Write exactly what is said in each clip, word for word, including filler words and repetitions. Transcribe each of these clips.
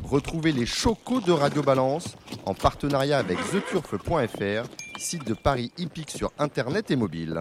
Retrouvez les chocos de Radio Balance en partenariat avec the turf point f r, site de paris hippique sur internet et mobile.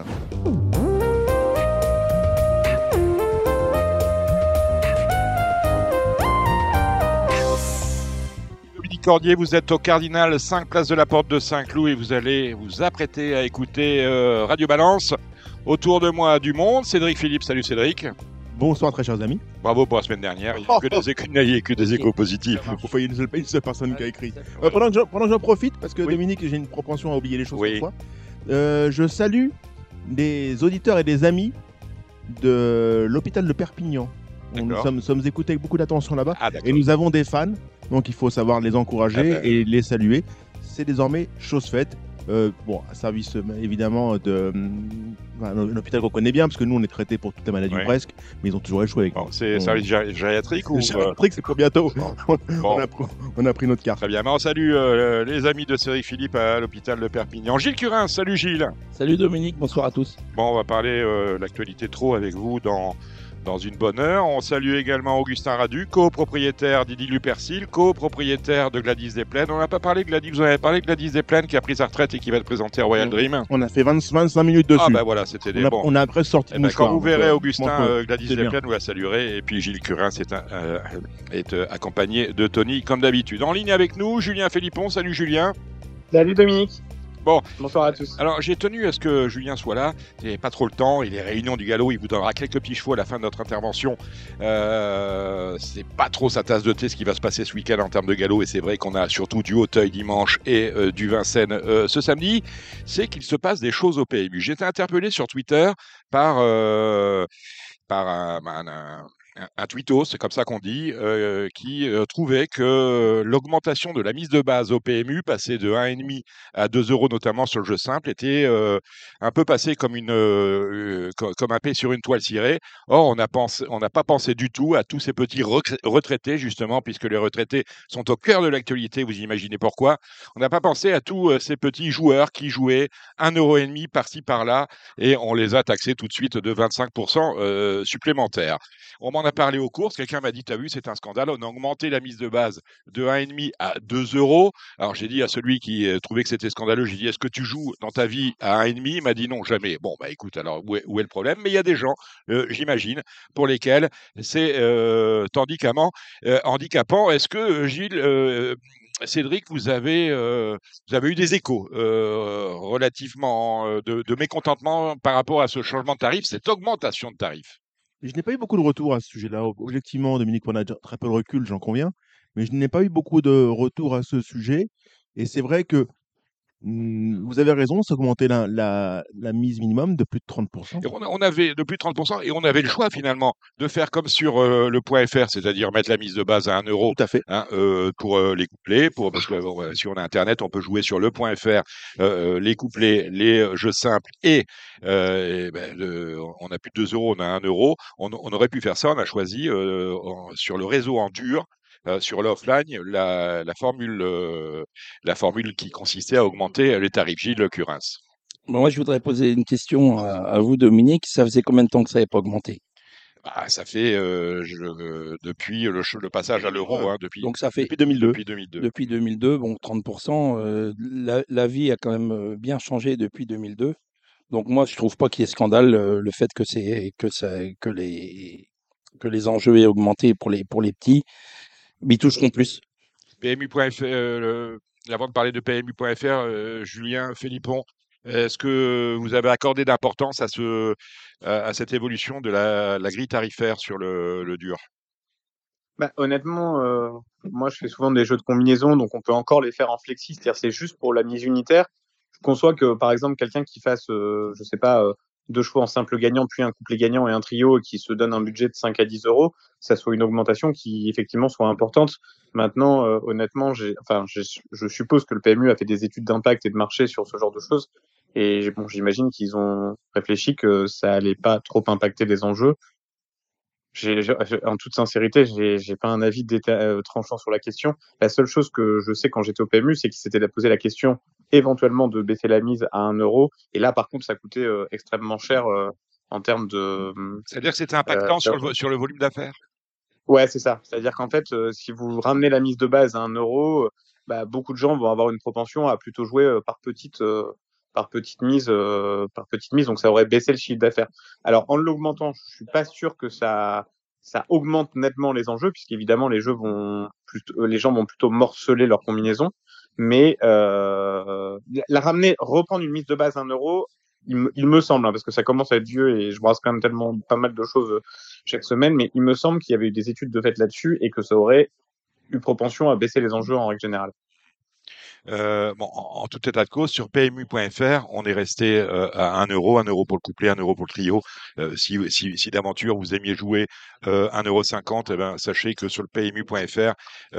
Dominique Cordier, vous êtes au Cardinal cinq place de la Porte de Saint-Cloud et vous allez vous apprêter à écouter euh, Radio Balance. Autour de moi du monde, Cédric Philippe. Salut Cédric. Bonsoir très chers amis. Bravo pour la semaine dernière, il n'y a que des, échos, il y a que des échos positifs. Il y a une seule, une seule personne qui a écrit. Euh, pendant, que pendant que j'en profite, parce que oui. Dominique, j'ai une propension à oublier les choses oui. parfois, euh, je salue des auditeurs et des amis de l'hôpital de Perpignan. Nous sommes, sommes écoutés avec beaucoup d'attention là-bas ah, et nous avons des fans, donc il faut savoir les encourager ah, ben... et les saluer. C'est désormais chose faite. Euh, bon, un service évidemment de enfin, un hôpital qu'on connaît bien parce que nous on est traités pour toutes les maladies ouais. presque, mais ils ont toujours échoué avec bon, nous. C'est un service gériatrique ou gériatrique, c'est pour bientôt. Bon. on, bon. a, on a pris notre carte. Très bien, mais on salue euh, les amis de Cédric Philippe à l'hôpital de Perpignan. Gilles Curin, salut Gilles. Salut Dominique, bonsoir à tous. Bon, on va parler euh, de l'actualité trop avec vous dans dans une bonne heure. On salue également Augustin Radu, copropriétaire d'Idylle Lupercil, copropriétaire de Gladys Desplaines. On n'a pas parlé de Gladys, vous en avez parlé de Gladys Desplaines qui a pris sa retraite et qui va être présentée à Royal Dream. On a fait vingt, vingt-cinq minutes dessus. Ah ben voilà, c'était des on a, bons. On a après sorti eh ben, quand vous verrez Augustin euh, Gladys Desplaines, vous la saluerez. Et puis Gilles Curin c'est un, euh, est euh, accompagné de Tony comme d'habitude. En ligne avec nous, Julien Philippon. Salut Julien. Salut Dominique. Bon, bonsoir à tous. Alors j'ai tenu à ce que Julien soit là. Il n'avait pas trop le temps. Il est réunion du galop. Il vous donnera quelques petits chevaux à la fin de notre intervention. Euh, c'est pas trop sa tasse de thé ce qui va se passer ce week-end en termes de galop. Et c'est vrai qu'on a surtout du Hauteuil dimanche et euh, du Vincennes euh, ce samedi. C'est qu'il se passe des choses au P M U. J'ai été interpellé sur Twitter par euh, par un, un, un un tweetos, c'est comme ça qu'on dit, euh, qui euh, trouvait que l'augmentation de la mise de base au P M U, passée de un virgule cinq à deux euros notamment sur le jeu simple, était euh, un peu passé comme, une, euh, comme un P sur une toile cirée. Or, on n'a pensé, on n'a pas pensé du tout à tous ces petits retraités, justement, puisque les retraités sont au cœur de l'actualité, vous imaginez pourquoi. On n'a pas pensé à tous euh, ces petits joueurs qui jouaient un euro et demi par-ci, par-là, et on les a taxés tout de suite de vingt-cinq pour cent euh, supplémentaires. On m'en a parlé aux courses, quelqu'un m'a dit, t'as vu, c'est un scandale, on a augmenté la mise de base de un virgule cinq à deux euros. Alors j'ai dit à celui qui euh, trouvait que c'était scandaleux, j'ai dit, est-ce que tu joues dans ta vie à un virgule cinq? Il m'a dit non, jamais. Bon, bah écoute, alors où est, où est le problème? Mais il y a des gens, euh, j'imagine, pour lesquels c'est euh, handicapant. Euh, handicapant. Est-ce que, Gilles, euh, Cédric, vous avez, euh, vous avez eu des échos euh, relativement euh, de, de mécontentement par rapport à ce changement de tarif, cette augmentation de tarif? Je n'ai pas eu beaucoup de retours à ce sujet-là. Objectivement, Dominique, on a très peu de recul, j'en conviens, mais je n'ai pas eu beaucoup de retours à ce sujet. Et c'est vrai que hum, vous avez raison, c'est augmenter la, la, la mise minimum de plus de trente pour cent. Et on, on avait de plus de trente pour cent et on avait le choix finalement de faire comme sur euh, le point F R, c'est-à-dire mettre la mise de base à un euro. Tout à fait. Hein, euh, pour euh, les couplets, pour, parce que bon, si on a Internet, on peut jouer sur le point F R, euh, les couplets, les jeux simples et, euh, et ben, le, on a plus de deux euros, on a un euro. On, on aurait pu faire ça, on a choisi euh, en, sur le réseau en dur. Euh, sur l'offline, la, la, formule, euh, la formule qui consistait à augmenter les tarifs. Gilles Curins. Bon, moi, je voudrais poser une question à, à vous, Dominique. Ça faisait combien de temps que ça n'avait pas augmenté? Ah, ça fait euh, je, euh, depuis le, le passage à l'euro, hein, depuis, Donc ça fait depuis deux mille deux. Depuis deux mille deux, depuis deux mille deux bon, trente pour cent. Euh, la, la vie a quand même bien changé depuis deux mille deux. Donc moi, je trouve pas qu'il y ait scandale euh, le fait que, c'est, que, ça, que, les, que les enjeux aient augmenté pour les, pour les petits. Mais ils toucheront plus. P M U point F R, euh, avant de parler de P M U point F R, euh, Julien Philippon, est-ce que vous avez accordé d'importance à, ce, à cette évolution de la, la grille tarifaire sur le, le dur? Bah, honnêtement, euh, moi je fais souvent des jeux de combinaison, donc on peut encore les faire en flexi, c'est-à-dire c'est juste pour la mise unitaire. Je conçois que par exemple quelqu'un qui fasse, euh, je sais pas, euh, deux chevaux en simple gagnant, puis un couplet gagnant et un trio, et qui se donne un budget de cinq à dix euros, ça soit une augmentation qui effectivement soit importante. Maintenant, euh, honnêtement, j'ai, enfin, j'ai, je suppose que le P M U a fait des études d'impact et de marché sur ce genre de choses, et bon, j'imagine qu'ils ont réfléchi que ça allait pas trop impacter les enjeux. J'ai, j'ai, en toute sincérité, j'ai, j'ai pas un avis déta- euh, tranchant sur la question. La seule chose que je sais quand j'étais au P M U, c'est qu'ils s'étaient posé la question éventuellement de baisser la mise à un euro. Et là, par contre, ça coûtait euh, extrêmement cher euh, en termes de. C'est-à-dire que c'était impactant euh, sur, le, sur le volume d'affaires? Ouais, c'est ça. C'est-à-dire qu'en fait, euh, si vous ramenez la mise de base à un euro, euh, bah, beaucoup de gens vont avoir une propension à plutôt jouer euh, par petite, euh, par petite mise, euh, par petite mise. Donc ça aurait baissé le chiffre d'affaires. Alors en l'augmentant, je suis pas sûr que ça, ça augmente nettement les enjeux, puisqu'évidemment les jeux vont plutôt, les gens vont plutôt morceler leur combinaison. Mais euh, la ramener, reprendre une mise de base à un euro, il me, il me semble, hein, parce que ça commence à être vieux et je brasse quand même tellement pas mal de choses chaque semaine, mais il me semble qu'il y avait eu des études de fait là-dessus et que ça aurait eu propension à baisser les enjeux en règle générale. Euh, bon, en, en tout état de cause, sur P M U point F R, on est resté euh, à un euro, un euro pour le couplet, un euro pour le trio. Euh, si, si, si d'aventure vous aimiez jouer euh, un euro cinquante, eh ben, sachez que sur le P M U point F R,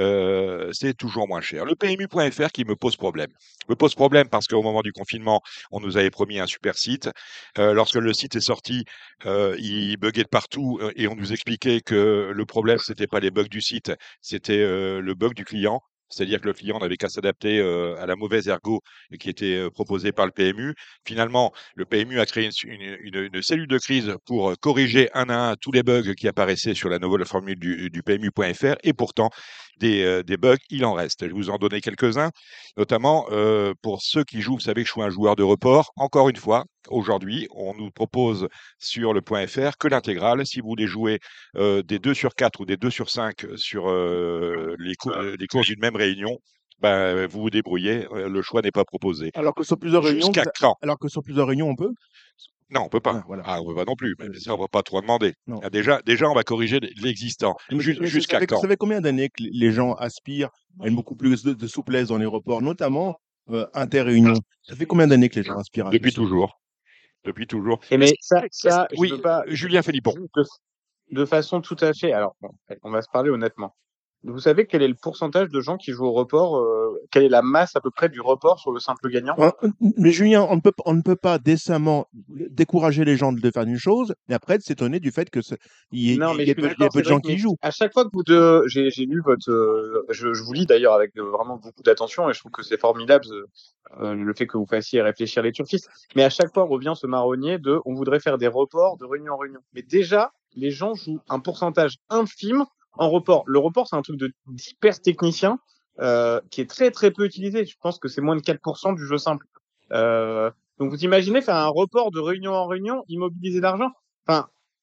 euh, c'est toujours moins cher. Le P M U point F R qui me pose problème. Me pose problème parce qu'au moment du confinement, on nous avait promis un super site. Euh, lorsque le site est sorti, euh, il buguait de partout euh, et on nous expliquait que le problème, c'était pas les bugs du site, c'était euh, le bug du client. C'est-à-dire que le client n'avait qu'à s'adapter euh, à la mauvaise ergo qui était euh, proposée par le P M U. Finalement, le P M U a créé une, une, une cellule de crise pour corriger un à un tous les bugs qui apparaissaient sur la nouvelle formule du, du P M U point F R. Et pourtant, des, euh, des bugs, il en reste. Je vais vous en donner quelques-uns, notamment euh, pour ceux qui jouent. Vous savez que je suis un joueur de report. Encore une fois, aujourd'hui, on nous propose sur le point F R que l'intégrale. Si vous voulez jouer euh, des deux sur quatre ou des deux sur cinq sur euh, les, cou les courses d'une même réunion, ben, vous vous débrouillez, euh, le choix n'est pas proposé. Alors que sur plusieurs réunions, Jusqu'à vous a- quand? alors que sur plusieurs réunions, on peut. Non, on peut Ah, pas. voilà. Ah, on peut pas non plus. Mais Euh, ça, on va pas trop demander. non. Ah, déjà, déjà, on va corriger l'existant. Mais, Jus- mais ça, Jusqu'à fait, quand? ça fait combien d'années que les gens aspirent à une beaucoup plus de, de souplesse dans les reports, notamment euh, interréunions? Ça fait combien d'années que les gens aspirent à Depuis ceci? toujours. Depuis toujours. Et mais ça, ça, je Oui, veux pas, Julien Philippon. de, de façon tout à fait. Alors, bon, on va se parler honnêtement. Vous savez quel est le pourcentage de gens qui jouent au report euh, Quelle est la masse à peu près du report sur le simple gagnant? Hein, Mais Julien, on ne peut, on ne peut pas décemment décourager les gens de faire une chose, et après de s'étonner du fait que il y, ait- Non, il mais y je ait suis peu, il y ait d'accord, peu de gens Cédric, qui y mais jouent. à chaque fois que vous deux, j'ai j'ai lu votre, euh, je, je vous lis d'ailleurs avec euh, vraiment beaucoup d'attention et je trouve que c'est formidable euh, le fait que vous fassiez réfléchir les turfistes. Mais à chaque fois revient ce marronnier de, on voudrait faire des reports de réunion en réunion. Mais déjà, les gens jouent un pourcentage infime en report. Le report, c'est un truc de d'hyper technicien euh, qui est très très peu utilisé. Je pense que c'est moins de quatre pour cent du jeu simple. Euh, donc vous imaginez faire un report de réunion en réunion, immobiliser l'argent. Enfin,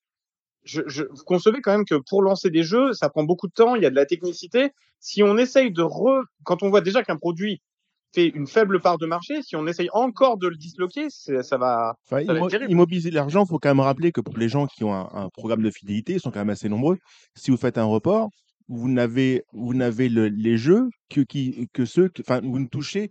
je, je, vous concevez quand même que pour lancer des jeux, ça prend beaucoup de temps, il y a de la technicité. Si on essaye de re, quand on voit déjà qu'un produit fait une faible part de marché, si on essaye encore de le disloquer, ça va, Enfin, ça va être immo- terrible. immobiliser l'argent, il faut quand même rappeler que pour les gens qui ont un, un programme de fidélité, ils sont quand même assez nombreux. Si vous faites un report, vous n'avez vous n'avez le- les jeux que, qui, que ceux, que- enfin, vous ne touchez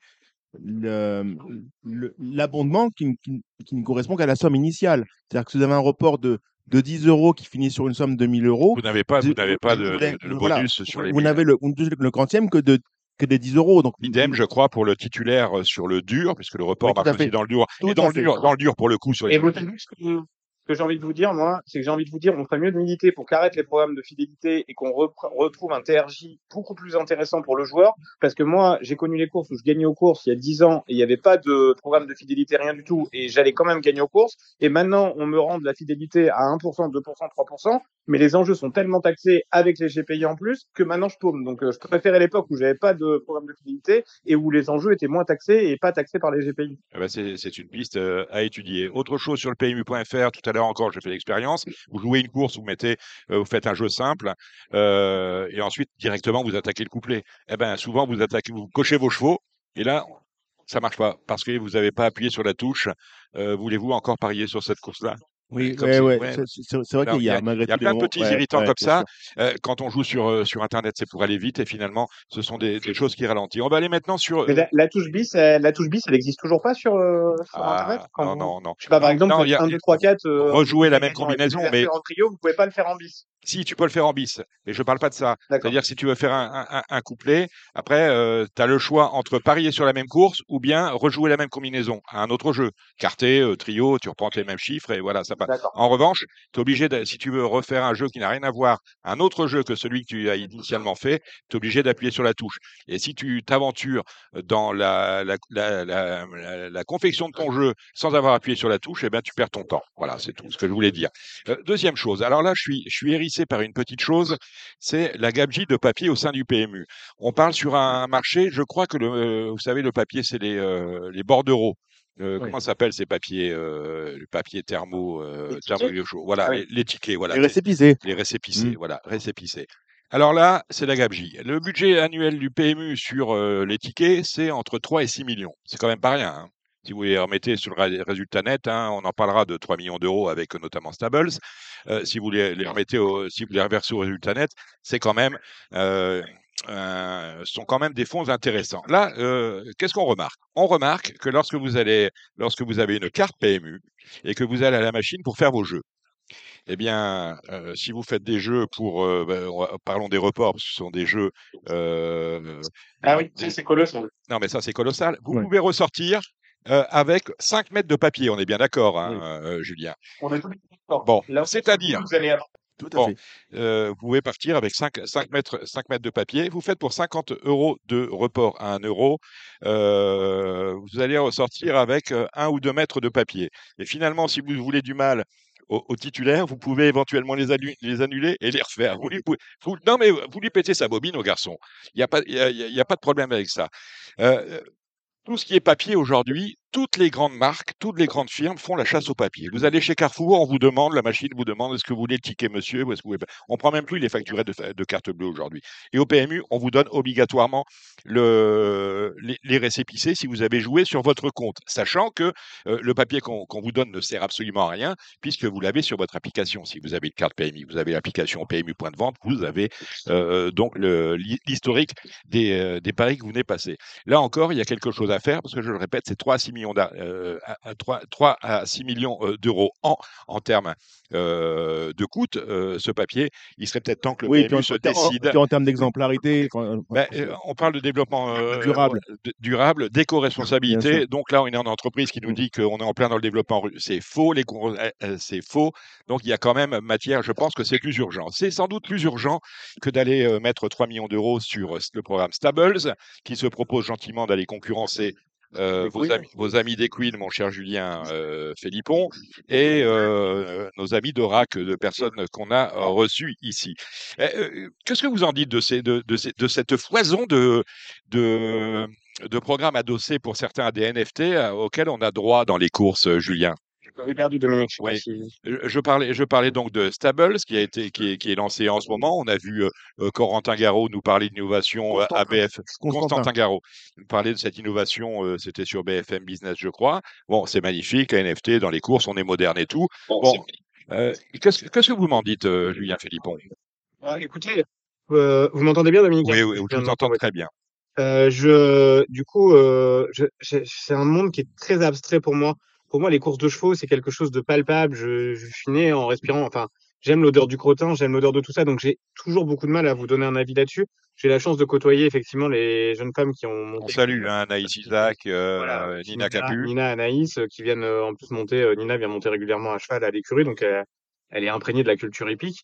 le- le- l'abondement qui, ne- qui, ne qui ne correspond qu'à la somme initiale. C'est-à-dire que si vous avez un report de, de dix euros qui finit sur une somme de mille euros, Vous n'avez pas, vous vous, n'avez vous- pas vous de, n'avez- de, de voilà, bonus sur vous, les vous mille. n'avez le, vous ne touchez le quantième que de, que des dix euros. Donc, Idem, je crois, pour le titulaire euh, sur le dur, puisque le report oui, tout marche à fait. aussi dans le dur. Tout Et dans à le fait. dur, dans le dur, pour le coup, sur les Et vous savez ce que, ce que j'ai envie de vous dire, moi, c'est que j'ai envie de vous dire, on ferait mieux de militer pour qu'arrête les programmes de fidélité et qu'on repre- retrouve un T R J beaucoup plus intéressant pour le joueur. Parce que moi, j'ai connu les courses où je gagnais aux courses il y a dix ans et il n'y avait pas de programme de fidélité, rien du tout, et j'allais quand même gagner aux courses. Et maintenant, on me rend de la fidélité à un pour cent, deux pour cent, trois pour cent, mais les enjeux sont tellement taxés avec les G P I en plus que maintenant je paume. Donc, euh, je préférais l'époque où j'avais pas de programme de fidélité et où les enjeux étaient moins taxés et pas taxés par les G P I. Eh ben, c'est c'est une piste euh, à étudier. Autre chose sur le P M U point F R, tout à l'heure encore, j'ai fait l'expérience. Vous jouez une course, vous mettez, euh, vous faites un jeu simple, euh, et ensuite directement vous attaquez le couplet. Eh ben, souvent vous attaquez, vous cochez vos chevaux, et là ça marche pas parce que vous n'avez pas appuyé sur la touche. Euh, Voulez-vous encore parier sur cette course-là? Oui, Comme ouais, c'est- ouais. ouais. C'est c'est- c'est vrai Alors, qu'il il y y a a, malgré il y a tout des plein de moments. petits Ouais, irritants ouais, comme bien ça. sûr. Euh, quand on joue sur, euh, sur Internet, c'est pour aller vite et finalement, ce sont des, des choses qui ralentissent. On va aller maintenant sur. Mais euh, la, la touche bis, elle, la touche bis, elle existe toujours pas sur, euh, sur Internet Ah, quand non, vous... non, non. Je sais pas, par Non, exemple, non, vous il y faites a un, deux, trois, quatre, euh, rejouer la couplet même gagnant et puis vous combinaison, versez mais en trio, vous pouvez pas le faire en bis. si, tu peux le faire en bis, mais je parle pas de ça. D'accord. C'est-à-dire que si tu veux faire un, un, un couplet, après, euh, tu as le choix entre parier sur la même course ou bien rejouer la même combinaison à un autre jeu. Quartet, euh, trio, tu reprends les mêmes chiffres et voilà, ça passe. D'accord. En revanche, tu es obligé, de, si tu veux refaire un jeu qui n'a rien à voir, un autre jeu que celui que tu as initialement fait, tu es obligé d'appuyer sur la touche. Et si tu t'aventures dans la, la, la, la, la, la confection de ton jeu sans avoir appuyé sur la touche, eh ben, tu perds ton temps. Voilà, c'est tout ce que je voulais dire. Euh, deuxième chose, alors là, je suis, je suis hérissé commencer par une petite chose, c'est la gabegie de papier au sein du P M U. On parle sur un marché, je crois que le, euh, vous savez, le papier, c'est les, euh, les bordereaux. Euh, Oui. comment s'appellent ces papiers, euh, le papier thermo, euh, Les thermo tickets chaud. Voilà, Ah oui. les, les tickets, voilà, Les c'est- récépissés. les récépissés, Mm. voilà, récépissés. Alors là, c'est la gabegie. Le budget annuel du P M U sur euh, les tickets, c'est entre trois et six millions. C'est quand même pas rien, hein. Si vous les remettez sur le ré- résultat net, hein, on en parlera de trois millions d'euros avec euh, notamment Stables. Euh, si vous les, les remettez, au, si vous les reversez au résultat net, c'est quand même, euh, euh, sont quand même des fonds intéressants. Là, euh, qu'est-ce qu'on remarque? On remarque que lorsque vous allez, lorsque vous avez une carte P M U et que vous allez à la machine pour faire vos jeux, eh bien, euh, si vous faites des jeux pour, euh, ben, on va- parlons des reports, parce que ce sont des jeux. euh, Ah oui, des- ça c'est colossal. non, mais ça c'est colossal. Vous Ouais. pouvez ressortir euh, avec cinq mètres de papier. On est bien d'accord, hein, Oui. euh, Julien. On est tous d'accord. Bon, Là, c'est-à-dire, vous allez avoir. Tout à bon, fait. euh, vous pouvez partir avec cinq, cinq mètres, cinq mètres de papier. Vous faites pour cinquante euros de report à un euro. euh, vous allez ressortir avec euh, un ou deux mètres de papier. Et finalement, si vous voulez du mal aux, aux titulaires, vous pouvez éventuellement les, annu- les annuler et les refaire. Vous lui, pouvez- vous- non, mais vous lui pétez sa bobine au garçon. Il n'y a, pas- il y a, il y a pas de problème avec ça. Euh, tout ce qui est papier aujourd'hui, toutes les grandes marques, toutes les grandes firmes font la chasse au papier. Vous allez chez Carrefour, on vous demande, la machine vous demande est-ce que vous voulez le ticket monsieur ou est-ce que vous voulez... On prend même plus les facturés de, de carte bleue aujourd'hui. Et au P M U, on vous donne obligatoirement le, les, les récépissés si vous avez joué sur votre compte, sachant que euh, le papier qu'on qu'on vous donne ne sert absolument à rien puisque vous l'avez sur votre application. Si vous avez une carte P M U, vous avez l'application P M U Point de Vente, vous avez euh, donc le- l'historique des, euh, des paris que vous venez passer. Là encore, il y a quelque chose à faire parce que je le répète, c'est trois à six millions d'a- euh, à- à trois- trois à six millions euh, d'euros en, en termes euh, de coût. euh, ce papier, il serait peut-être temps que le Oui, puis P M U en, se en ter- en- décide. puis en termes d'exemplarité, enfin, Ben, euh, on parle de développement euh, durable. d- durable, Bien d'éco-responsabilité. sûr. Donc là, on est en entreprise qui nous Mm. dit qu'on est en plein dans le développement. ru- C'est faux, les con- euh, euh, c'est faux. Donc il y a quand même matière. Je pense que c'est plus urgent. C'est sans doute plus urgent que d'aller euh, mettre trois millions d'euros sur euh, le programme Stables, qui se propose gentiment d'aller concurrencer euh, vos, amis, vos amis d'Equine, mon cher Julien euh, Philippon, et euh, nos amis d'Orac, de personnes qu'on a euh, reçues ici. Euh, euh, Qu'est-ce que vous en dites de, ces, de, de, ces- de cette foison de, de, de programmes adossés pour certains à des N F T euh, auxquels on a droit dans les courses, euh, Julien? J'ai perdu Dominique. Je sais pas Oui. si- Je je parlais, je parlais donc de Stables, qui a été, qui est, qui est lancé en ce moment. On a vu euh, euh, Corentin Garot nous parler d'innovation euh, à B F. Constantin. Constantin Garot nous parlait de cette innovation. euh, C'était sur B F M Business, je crois. Bon, c'est magnifique, la N F T dans les courses, on est moderne et tout. Bon, euh, qu'est-ce que qu'est-ce que vous m'en dites, euh, Julien Philippon? Ah, écoutez, euh, vous m'entendez bien, Dominique? Oui, hein oui, Je je viens de vous entends m'entendre. très bien. Euh, je, du coup, euh, je, je- c'est un monde qui est très abstrait pour moi. Pour moi, les courses de chevaux, c'est quelque chose de palpable. Je, je suis né en respirant. Enfin, j'aime l'odeur du crottin, j'aime l'odeur de tout ça. Donc, j'ai toujours beaucoup de mal à vous donner un avis là-dessus. J'ai la chance de côtoyer effectivement les jeunes femmes qui ont On monté. salue hein, Anaïs Isaac, euh, Voilà, Nina Capu. Nina, Anaïs, euh, qui viennent euh, en plus monter. euh, Nina vient monter régulièrement à cheval à l'écurie, donc elle, elle est imprégnée de la culture hippique.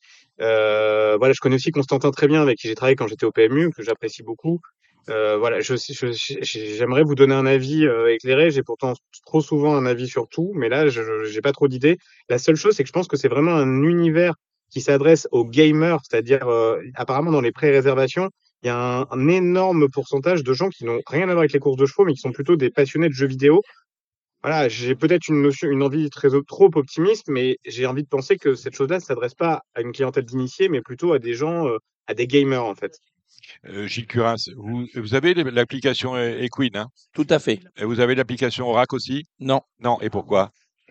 Euh, voilà, je connais aussi Constantin très bien, avec qui j'ai travaillé quand j'étais au P M U, que j'apprécie beaucoup. Euh, voilà, je, je- je- j'aimerais vous donner un avis euh, éclairé. J'ai pourtant trop souvent un avis sur tout, mais là, je je- j'ai pas trop d'idées. La seule chose, c'est que je pense que c'est vraiment un univers qui s'adresse aux gamers, c'est-à-dire euh, apparemment dans les pré-réservations, il y a un, un énorme pourcentage de gens qui n'ont rien à voir avec les courses de chevaux, mais qui sont plutôt des passionnés de jeux vidéo. Voilà, j'ai peut-être une notion, une envie très op- trop optimiste, mais j'ai envie de penser que cette chose-là ne s'adresse pas à une clientèle d'initiés, mais plutôt à des gens, euh, à des gamers en fait. Euh, Gilles Curins, vous, vous avez l'application euh, Equine, hein? Tout à fait. Et vous avez l'application Orac aussi? Non. Non, et pourquoi?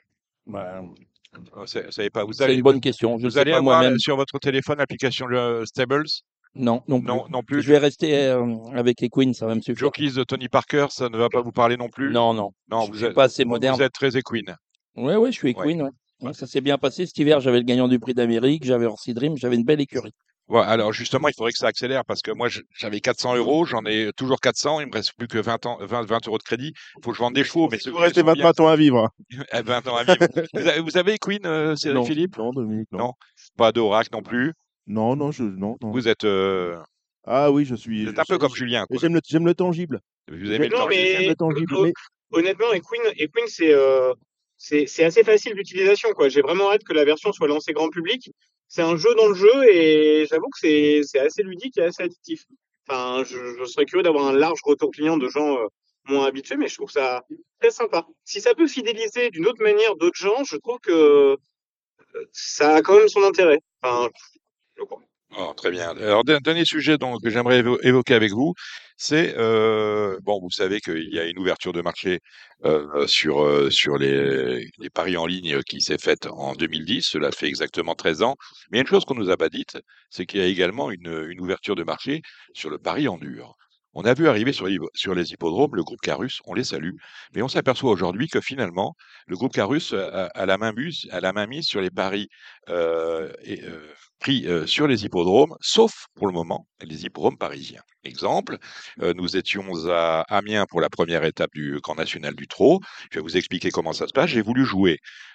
Bah, Vous sa- savez pas. Vous c'est allez, une bonne question. Je ne vous sais allez pas avoir moi-même. sur votre téléphone l'application euh, Stables? Non, non plus. Non, non plus. Je vais rester euh, avec les Queens, ça va me suffire. Jockeys de Tony Parker, ça ne va pas vous parler non plus? Non, non. Non, je vous suis êtes, pas assez vous- moderne. vous êtes très Equine. Oui, oui, je suis Ouais. Queen. Ouais. Ouais, ça s'est bien passé. Cet hiver, j'avais le gagnant du prix d'Amérique, j'avais Orsi Dream, j'avais une belle écurie. Ouais, alors justement, il faudrait que ça accélère parce que moi, je- j'avais quatre cents euros, j'en ai toujours quatre cents, il me reste plus que vingt, ans, vingt, vingt euros de crédit. Il faut que je vende des chevaux, mais Il ceux vous qui restez sont bien- vingt-trois ans à vivre. Eh, vingt ans à vivre. Vous avez, vous avez Queen, euh, Cyril Non, Philippe? non, Dominique, non. Non. Pas d'Orac non plus. Non, non, je, non, non. Vous êtes, euh, Ah oui, je suis. vous êtes je- un peu je- comme je- Julien, quoi. J'aime le, j'aime le tangible. Vous aimez le Non, temps. mais- J'aime le tangible. Oh, Mais Honnêtement, Equine, Equine, c'est euh, c'est c'est assez facile d'utilisation quoi. J'ai vraiment hâte que la version soit lancée grand public. c'est un jeu dans le jeu et j'avoue que c'est c'est assez ludique et assez addictif. Enfin, je, je serais curieux d'avoir un large retour client de gens euh, moins habitués, mais je trouve ça très sympa. Si ça peut fidéliser d'une autre manière d'autres gens, je trouve que ça a quand même son intérêt. Enfin, je crois. Oh, très bien. Alors, un dernier sujet donc, que j'aimerais évo- évoquer avec vous, c'est, euh, bon, vous savez qu'il y a une ouverture de marché euh, sur, euh, sur les, les paris en ligne qui s'est faite en deux mille dix, cela fait exactement treize ans. Mais il y a une chose qu'on nous a pas dite, c'est qu'il y a également une, une ouverture de marché sur le pari en dur. On a vu arriver sur les, sur les hippodromes le groupe Carus, on les salue, mais on s'aperçoit aujourd'hui que finalement, le groupe Carus a, a la main mise, a la main mise sur les paris euh, et, euh, pris euh, sur les hippodromes, sauf pour le moment les hippodromes parisiens. Exemple, euh, nous étions à Amiens pour la première étape du Grand National du Trot. Je vais vous expliquer comment ça se passe. J'ai voulu jouer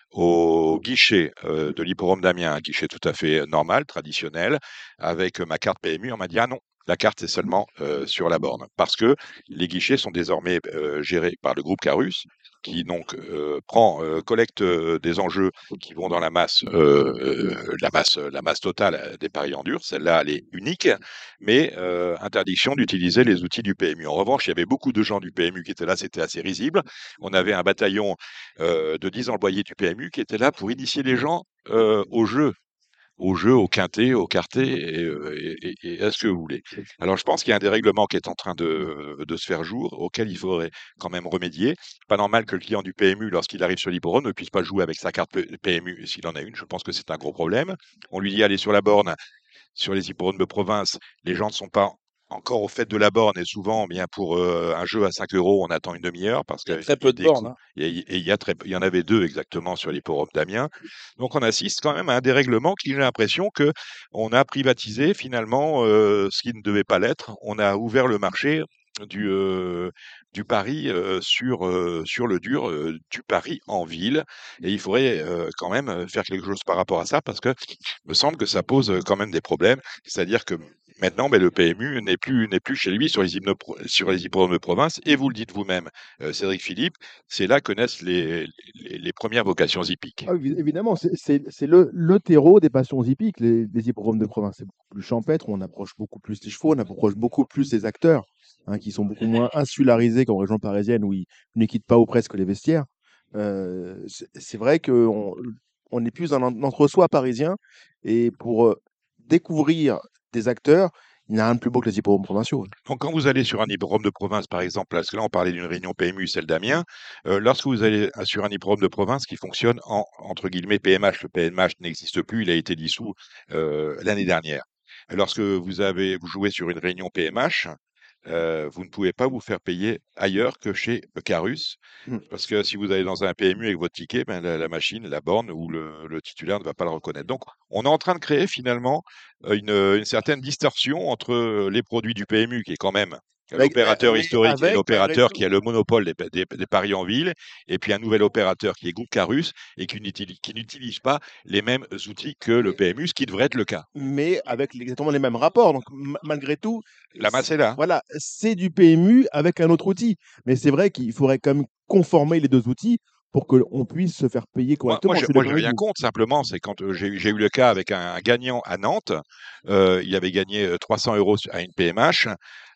au guichet euh, de l'hippodrome d'Amiens, un guichet tout à fait normal, traditionnel, avec ma carte P M U. On m'a dit ah non. La carte, c'est seulement euh, sur la borne, parce que les guichets sont désormais euh, gérés par le groupe Carus, qui donc euh, prend, euh, collecte euh, des enjeux qui vont dans la masse, euh, euh, la masse, la masse totale des paris en dur. Celle-là, elle est unique, mais euh, interdiction d'utiliser les outils du P M U. En revanche, il y avait beaucoup de gens du P M U qui étaient là, c'était assez risible. On avait un bataillon euh, de dix employés du P M U qui étaient là pour initier les gens euh, au jeu au jeu, au quintet, au quartet et, euh, et, et- et à ce que vous voulez. Alors, je pense qu'il y a un dérèglement qui est en train de, de se faire jour, auquel il faudrait quand même remédier. Pas normal que le client du P M U, lorsqu'il arrive sur l'hippodrome, ne puisse pas jouer avec sa carte P- PMU s'il en a une. Je pense que c'est un gros problème. On lui dit aller sur la borne, sur les hippodromes de province, les gens ne sont pas encore au fait de la borne et souvent, bien pour euh, un jeu à cinq euros, on attend une demi-heure parce Il y a qu'il très y a peu de des bornes, coûts. hein. Et et il y, a très, il y en avait deux exactement sur l'hippodrome d'Amiens. Donc on assiste quand même à un dérèglement qui, j'ai l'impression que on a privatisé finalement euh, ce qui ne devait pas l'être. On a ouvert le marché du, euh, du pari euh, sur, euh, sur le dur, euh, du pari en ville. Et il faudrait euh, quand même faire quelque chose par rapport à ça parce que me semble que ça pose euh, quand même des problèmes. C'est-à-dire que maintenant, ben, le P M U n'est plus, n'est plus chez lui sur les, hymnes pro- sur les hippodromes de province. Et vous le dites vous-même, euh, Cédric Philippe, c'est là que naissent les, les, les premières vocations hippiques. Ah, évi- évidemment, c'est c'est- c'est le, le terreau des passions hippiques, les, les hippodromes de province. C'est beaucoup plus champêtre, on approche beaucoup plus les chevaux, on approche beaucoup plus les acteurs, hein, qui sont beaucoup moins insularisés qu'en région parisienne où ils ne quittent pas ou presque les vestiaires. Euh, c'est c'est vrai qu'on on est plus dans un entre-soi parisien et pour euh, découvrir des acteurs, il n'y a rien de plus beau que les hippodromes provinciaux. Donc, quand vous allez sur un hippodrome de province, par exemple, parce que là, on parlait d'une réunion P M U, celle d'Amiens, euh, lorsque vous allez sur un hippodrome de province qui fonctionne en, entre guillemets, P M H, le P M H n'existe plus, il a été dissous euh, l'année dernière. Lorsque vous avez, vous jouez sur une réunion P M H, euh, vous ne pouvez pas vous faire payer ailleurs que chez Carus, Mm. parce que si vous allez dans un P M U avec votre ticket, ben, la, la machine, la borne ou le, le titulaire ne va pas le reconnaître. Donc, on est en train de créer finalement euh, une, une certaine distorsion entre euh, les produits du P M U, qui est quand même Avec, l'opérateur mais historique et avec, malgré l'opérateur tout, qui a le monopole des, des- des paris en ville, et puis un nouvel opérateur qui est Groupe Carus et qui n'utilise, qui n'utilise pas les mêmes outils que le mais P M U, ce qui devrait être le cas. mais avec exactement les mêmes rapports. Donc, ma- malgré tout, La c- masse est là. voilà, c'est du P M U avec un autre outil. Mais c'est vrai qu'il faudrait quand même conformer les deux outils pour qu'on puisse se faire payer Moi, moi, correctement. je, Je suis moi, d'accord j'ai avec rien vous. contre. Simplement, c'est quand euh, j'ai eu j'ai eu le cas avec un, un gagnant à Nantes. Euh, il avait gagné euh, trois cents euros à une P M H.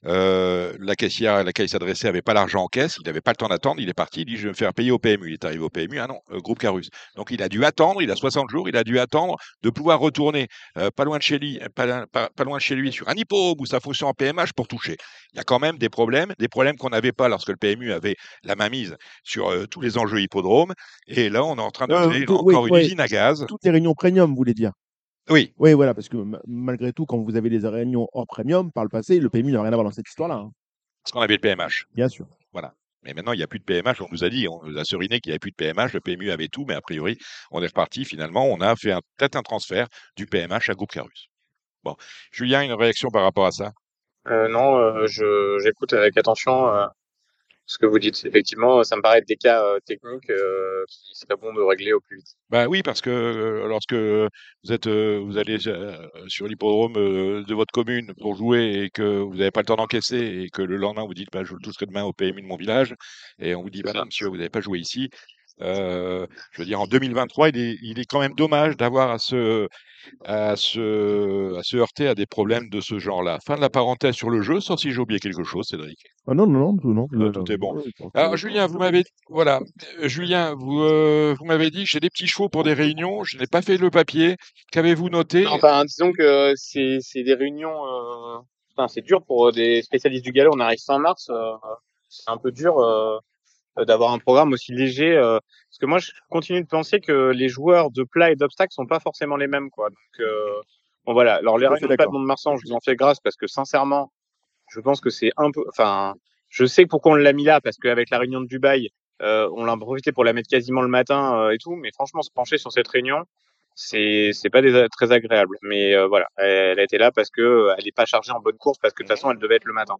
Euh, la caissière à laquelle il s'adressait n'avait pas l'argent en caisse. Il n'avait pas le temps d'attendre. Il est parti. Il dit, je vais me faire payer au P M U. Il est arrivé au P M U. Ah non, euh, groupe Carus. Donc, il a dû attendre. Il a soixante jours. Il a dû attendre de pouvoir retourner euh, pas loin de chez lui, pas, loin- pas- pas loin de chez lui sur un hippodrome où ça fonctionne en P M H pour toucher. Il y a quand même des problèmes, des problèmes qu'on n'avait pas lorsque le P M U avait la mainmise sur euh, tous les enjeux hippodromes. Et là, on est en train de Euh, créer tout- oui, encore une oui, usine à gaz. toutes les réunions premium, vous voulez dire. Oui, Oui, voilà, parce que ma- malgré tout, quand vous avez des réunions hors premium, par le passé, le P M U n'a rien à voir dans cette histoire-là, hein, parce qu'on avait le P M H. bien sûr. Voilà. Mais maintenant, il n'y a plus de P M H. On nous a dit, on nous a seriné qu'il n'y avait plus de P M H. Le P M U avait tout, mais a priori, on est reparti. Finalement, on a fait un- peut-être un transfert du P M H à Groupe Carus. Bon. Julien, une réaction par rapport à ça? Euh, non, euh, je j'écoute avec attention euh, ce que vous dites. Effectivement, ça me paraît être des cas euh, techniques euh, qui serait bon de régler au plus vite. Bah oui, parce que euh, lorsque vous êtes, euh, vous allez euh, sur l'hippodrome euh, de votre commune pour jouer et que vous n'avez pas le temps d'encaisser et que le lendemain vous dites, bah, je le toucherai demain au P M U de mon village et on vous dit, C'est bah non ça. monsieur, vous n'avez pas joué ici. Euh, je veux dire, en deux mille vingt-trois, il est, il est quand même dommage d'avoir à se, à se, à se heurter à des problèmes de ce genre-là. Fin de la parenthèse sur le jeu, sauf si j'ai oublié quelque chose, Cédric. Ah non, non, non, tout, non. Euh, le- tout est bon. ouais, donc, Alors, euh, Julien, vous m'avez, voilà, Euh, Julien, vous, euh, vous m'avez dit, j'ai des petits chevaux pour des réunions. Je n'ai pas fait le papier. Qu'avez-vous noté? Enfin, disons que c'est c'est des réunions. Euh... Enfin, c'est dur pour des spécialistes du galop. On arrive fin mars. Euh... C'est un peu dur euh, d'avoir un programme aussi léger. Euh... Parce que moi, je continue de penser que les joueurs de plat et d'obstacles sont pas forcément les mêmes, quoi. Donc, euh... bon voilà. Alors les tout à fait réunions de plat de d'accord. Mont-de-Marsan, je vous en fais grâce parce que sincèrement, je pense que c'est un peu. Enfin, je sais pourquoi on l'a mis là parce qu'avec la réunion de Dubaï, euh, on l'a profité pour la mettre quasiment le matin euh, et tout. Mais franchement, se pencher sur cette réunion, c'est c'est pas des, très agréable. Mais euh, voilà, elle, elle a été là parce que euh, elle est pas chargée en bonne course parce que de toute façon, elle devait être le matin.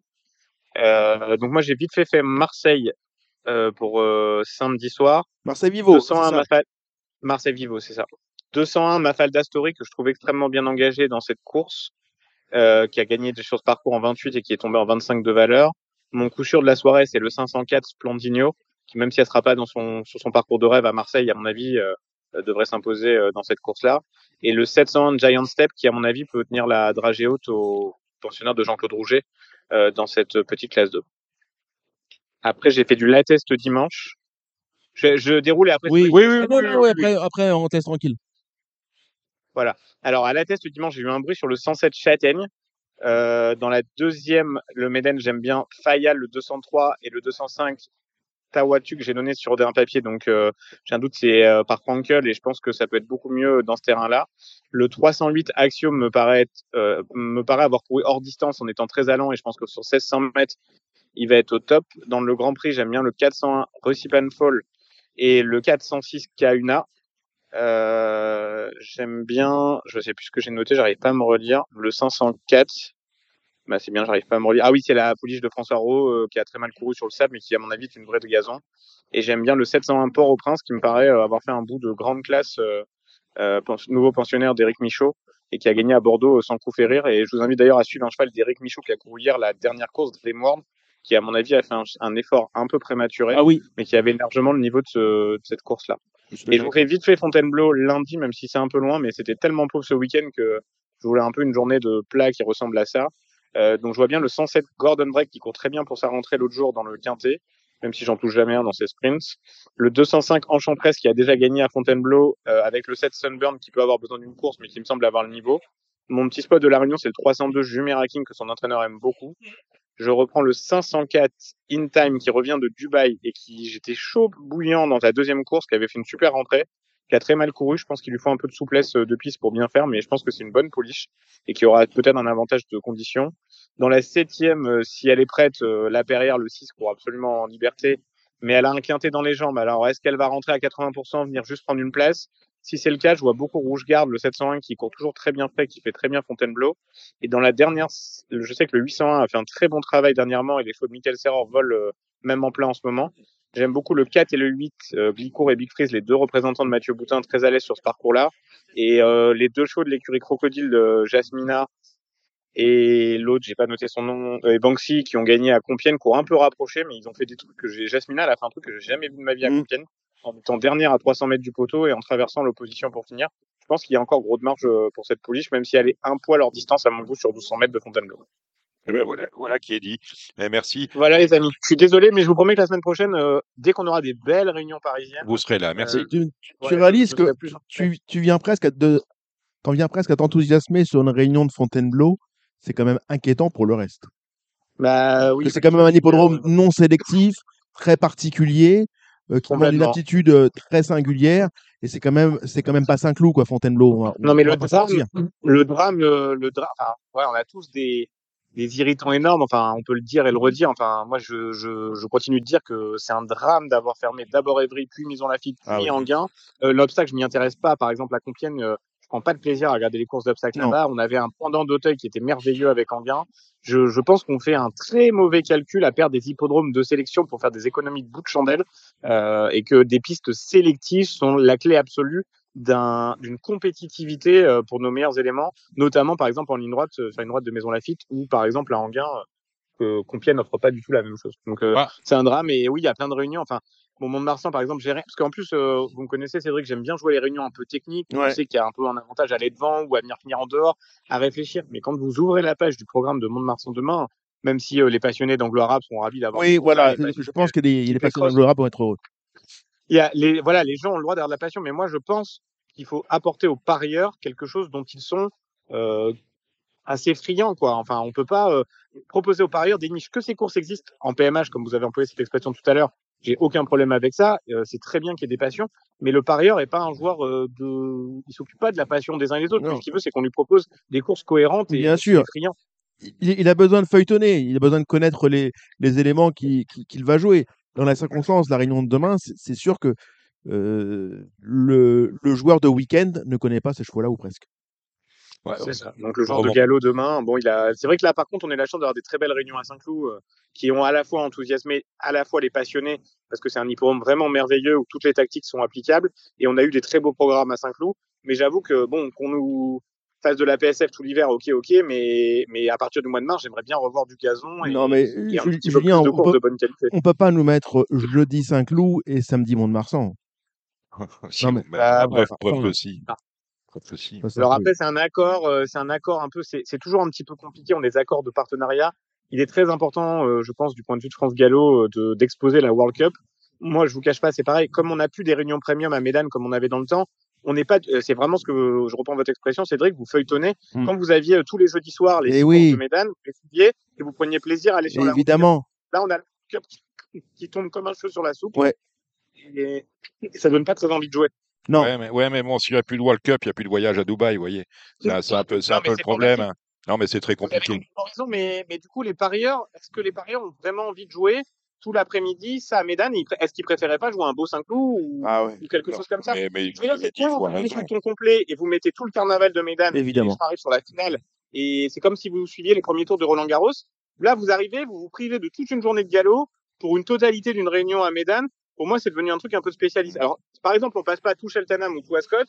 Euh, donc moi, j'ai vite fait fait Marseille euh, pour euh, samedi soir. Marseille Vivo, c'est deux cent un ça. Mafal Marseille Vivo, c'est ça. deux cent un Mafal d'Astori que je trouve extrêmement bien engagé dans cette course. Euh, qui a gagné sur ce parcours en vingt-huit et qui est tombé en vingt-cinq de valeur. Mon coup sûr de la soirée, c'est le cinq cent quatre Splendino, qui même si elle sera pas dans son, sur son parcours de rêve à Marseille, à mon avis, euh, devrait s'imposer euh, dans cette course-là. Et le sept cent un Giant Step, qui à mon avis peut tenir la dragée haute au pensionnaire de Jean-Claude Rouget euh, dans cette petite classe deux. Après, j'ai fait du latest dimanche. Je, je déroule et après, Oui, Oui, oui, Ah oui, non, oui, non, oui, ouais, oui. après, après, on teste tranquille. voilà. Alors, à la test dimanche, j'ai eu un bruit sur le cent sept Châtaigne. Euh, dans la deuxième, le Méden, j'aime bien Fayal, le deux cent trois et le deux cent cinq Tawatu que j'ai donné sur un papier. Donc, euh, j'ai un doute, c'est euh, par Frankel et je pense que ça peut être beaucoup mieux dans ce terrain-là. Le trois cent huit Axiom me paraît, être, euh, me paraît avoir couru hors distance en étant très allant et je pense que sur seize cents mètres, il va être au top. Dans le Grand Prix, j'aime bien le quatre cent un Recipan Fall et le quatre cent six Kauna. Euh, j'aime bien, je sais plus ce que j'ai noté, j'arrive pas à me relire. Le cinq cent quatre, bah c'est bien, j'arrive pas à me relire. Ah oui, c'est la pouliche de François Rowe euh, qui a très mal couru sur le sable, mais qui à mon avis est une vraie de gazon. Et j'aime bien le sept cent un Port-au-Prince qui me paraît euh, avoir fait un bout de grande classe, euh, euh, pens- nouveau pensionnaire d'Éric Michaud et qui a gagné à Bordeaux euh, sans coup férir. Et je vous invite d'ailleurs à suivre un cheval d'Éric Michaud qui a couru hier la dernière course Dreamworld, qui à mon avis a fait un, un effort un peu prématuré, Ah oui, mais qui avait largement le niveau de, ce, de cette course-là. je suis Et je d'accord vous avec fais toi. vite fait Fontainebleau lundi, même si c'est un peu loin, mais c'était tellement pauvre ce week-end que je voulais un peu une journée de plat qui ressemble à ça. Euh, donc je vois bien le cent sept Gordon Break qui court très bien pour sa rentrée l'autre jour dans le Quintet, même si j'en touche jamais un dans ses sprints. Le deux cent cinq Enchantress qui a déjà gagné à Fontainebleau euh, avec le sept Sunburn qui peut avoir besoin d'une course mais qui me semble avoir le niveau. Mon petit spot de la Réunion, c'est le trois cent deux Jumeraking que son entraîneur aime beaucoup. Je reprends le cinq cent quatre In Time qui revient de Dubaï et qui, j'étais chaud bouillant dans la deuxième course, qui avait fait une super rentrée, qui a très mal couru. Je pense qu'il lui faut un peu de souplesse de piste pour bien faire, mais je pense que c'est une bonne pouliche et qui aura peut-être un avantage de condition. Dans la septième, euh, si elle est prête, euh, la Perrière, le six, court absolument en liberté, mais elle a un quintet dans les jambes. Alors, est-ce qu'elle va rentrer à quatre-vingts pour cent, venir juste prendre une place? Si c'est le cas, je vois beaucoup Rouge Garde, le sept cent un, qui court toujours très bien frais, qui fait très bien Fontainebleau. Et dans la dernière, je sais que le huit cent un a fait un très bon travail dernièrement et les chevaux de Michael Serrer volent euh, même en plein en ce moment. J'aime beaucoup le quatre et le huit, euh, Glicourt et Big Freeze, les deux représentants de Mathieu Boutin, très à l'aise sur ce parcours-là. Et euh, les deux chevaux de l'écurie Crocodile de Jasmina et l'autre, j'ai pas noté son nom, euh, et Banksy, qui ont gagné à Compiègne, courent un peu rapprochés, mais ils ont fait des trucs que j'ai. Jasmina, elle a fait un truc que j'ai jamais vu de ma vie à Mm. Compiègne, en étant dernière à trois cents mètres du poteau et en traversant l'opposition pour finir. Je pense qu'il y a encore gros de marge euh, pour cette pouliche, même si elle est un poil hors distance à mon goût sur douze cents mètres de Fontainebleau. Eh ben voilà, voilà qui est dit. Eh, merci. Voilà les amis, je suis désolé, mais je vous promets que la semaine prochaine, euh, dès qu'on aura des belles réunions parisiennes, Vous serez là. Merci. euh, Tu, tu- tu ouais, je, réalises je que serai plus. tu, tu viens presque à te, t'en viens presque à t'enthousiasmer sur une réunion de Fontainebleau. C'est quand même inquiétant pour le reste. Bah Parce oui, que c'est bah, quand même un je dis, hippodrome euh, non sélectif, très particulier, euh, qui demande une complètement. aptitude euh, très singulière. Et c'est quand même, c'est quand même pas Saint-Cloud, quoi, Fontainebleau. On va, Non, on, mais on va le pas se drame, mentir. le drame, le, le drame, enfin, ouais, on a tous des, des irritants énormes, enfin, on peut le dire et le redire, enfin, moi, je, je, je continue de dire que c'est un drame d'avoir fermé d'abord Évry, puis Maison Lafitte, Ah puis oui. Enghien. Euh, l'obstacle, je m'y intéresse pas, par exemple, à Compiègne, euh, je prends pas de plaisir à regarder les courses d'obstacles Non. là-bas. On avait un pendant d'Auteuil qui était merveilleux avec Enghien. Je, je pense qu'on fait un très mauvais calcul à perdre des hippodromes de sélection pour faire des économies de bout de chandelle, euh, et que des pistes sélectives sont la clé absolue d'un, d'une compétitivité euh, pour nos meilleurs éléments, notamment par exemple en ligne droite, euh, sur une droite de Maison Lafitte, ou par exemple à Enghien, que Compiègne n'offre pas du tout la même chose. Donc euh, Ah, c'est un drame et oui, il y a plein de réunions. Enfin, Bon, Mont-de-Marsan, par exemple, j'ai rien. Parce qu'en plus, euh, vous me connaissez, Cédric, j'aime bien jouer les réunions un peu techniques. Je Ouais. sais qu'il y a un peu un avantage à aller devant ou à venir finir en dehors, à réfléchir. Mais quand vous ouvrez la page du programme de Mont-de-Marsan demain, même si euh, les passionnés d'anglo-arabe sont ravis d'avoir Oui, des courses là, voilà. les passionnés Je pense que les, les type patients Écosse, d'Anglo-Arabe vont être heureux. il y a les, voilà, les gens ont le droit d'avoir de la passion. Mais moi, je pense qu'il faut apporter aux parieurs quelque chose dont ils sont euh, assez friands, quoi. Enfin, on peut pas euh, proposer aux parieurs des niches. Que ces courses existent en P M H, comme vous avez employé cette expression tout à l'heure. J'ai aucun problème avec ça. Euh, c'est très bien qu'il y ait des passions, mais le parieur est pas un joueur euh, de. Il s'occupe pas de la passion des uns et des autres. Tout Non, ce qu'il veut, c'est qu'on lui propose des courses cohérentes et, bien et qu'il sûr. est friand. Il, il a besoin de feuilletonner, il a besoin de connaître les, les éléments qui- qui- qu'il va jouer. Dans la circonstance, la réunion de demain, c'est c'est sûr que euh, le, le joueur de week-end ne connaît pas ces chevaux-là ou presque. Ouais, C'est ouais. ça. Donc le Pour genre le de moment. galop demain, bon, il a. C'est vrai que là, par contre, on a la chance d'avoir des très belles réunions à Saint-Cloud euh, qui ont à la fois enthousiasmé à la fois les passionnés parce que c'est un hippodrome vraiment merveilleux où toutes les tactiques sont applicables et on a eu des très beaux programmes à Saint-Cloud. Mais j'avoue que bon, qu'on nous fasse de la P S F tout l'hiver, ok, ok, mais mais à partir du mois de mars, j'aimerais bien revoir du gazon Non, mais et, euh, et un Ju- petit peu Julien, plus de on courses peut, de bonne qualité. on peut pas nous mettre jeudi Saint-Cloud et samedi Mont-de-Marsan. Si Non, on mais met- Bah, ah, après, bref, preuve enfin, que si. Preuve que si. ça, ça alors peut- après, c'est un accord, euh, c'est un accord un peu, c'est c'est toujours un petit peu compliqué. On a des accords de partenariat. Il est très important, euh, je pense, du point de vue de France Gallo, euh, de d'exposer la World Cup. Moi, je vous cache pas, c'est pareil. Comme on n'a plus des réunions premium à Médane comme on avait dans le temps, on n'est pas. euh, C'est vraiment ce que je reprends votre expression, Cédric. Vous feuilletonnez. Mm. Quand vous aviez euh, tous les jeudis soirs les Eh six courses de oui, Médane, vous les suiviez et vous preniez plaisir à aller sur la route. évidemment. Là, on a la World Cup qui, qui tombe comme un cheveu sur la soupe Ouais. et, et ça donne pas très envie de jouer. Non, Ouais, mais, ouais, mais bon, s'il n'y a plus de World Cup, il n'y a plus de voyage à Dubaï, vous voyez. C'est un, c'est un peu, c'est Non, un mais peu le c'est pas problème. facile. hein. Non, mais c'est très Vous avez compliqué. complètement raison, mais, mais du coup, les parieurs, est-ce que les parieurs ont vraiment envie de jouer tout l'après-midi, ça à Médane? Ils pré- Est-ce qu'ils préféraient pas jouer un beau Saint-Cloud ou, ah ouais, ou quelque Non, chose comme ça? mais, mais, Je veux dire, mais c'est dix quoi, vous fois prenez raison. ton complet et vous mettez tout le carnaval de Médane et les évidemment. gens arrivent sur la finale. Et c'est comme si vous suiviez les premiers tours de Roland Garros. Là, vous arrivez, vous vous privez de toute une journée de galop pour une totalité d'une réunion à Médane. Pour moi, c'est devenu un truc un peu spécialiste. Alors, par exemple, on passe pas à tout Cheltenham ou tout Ascot.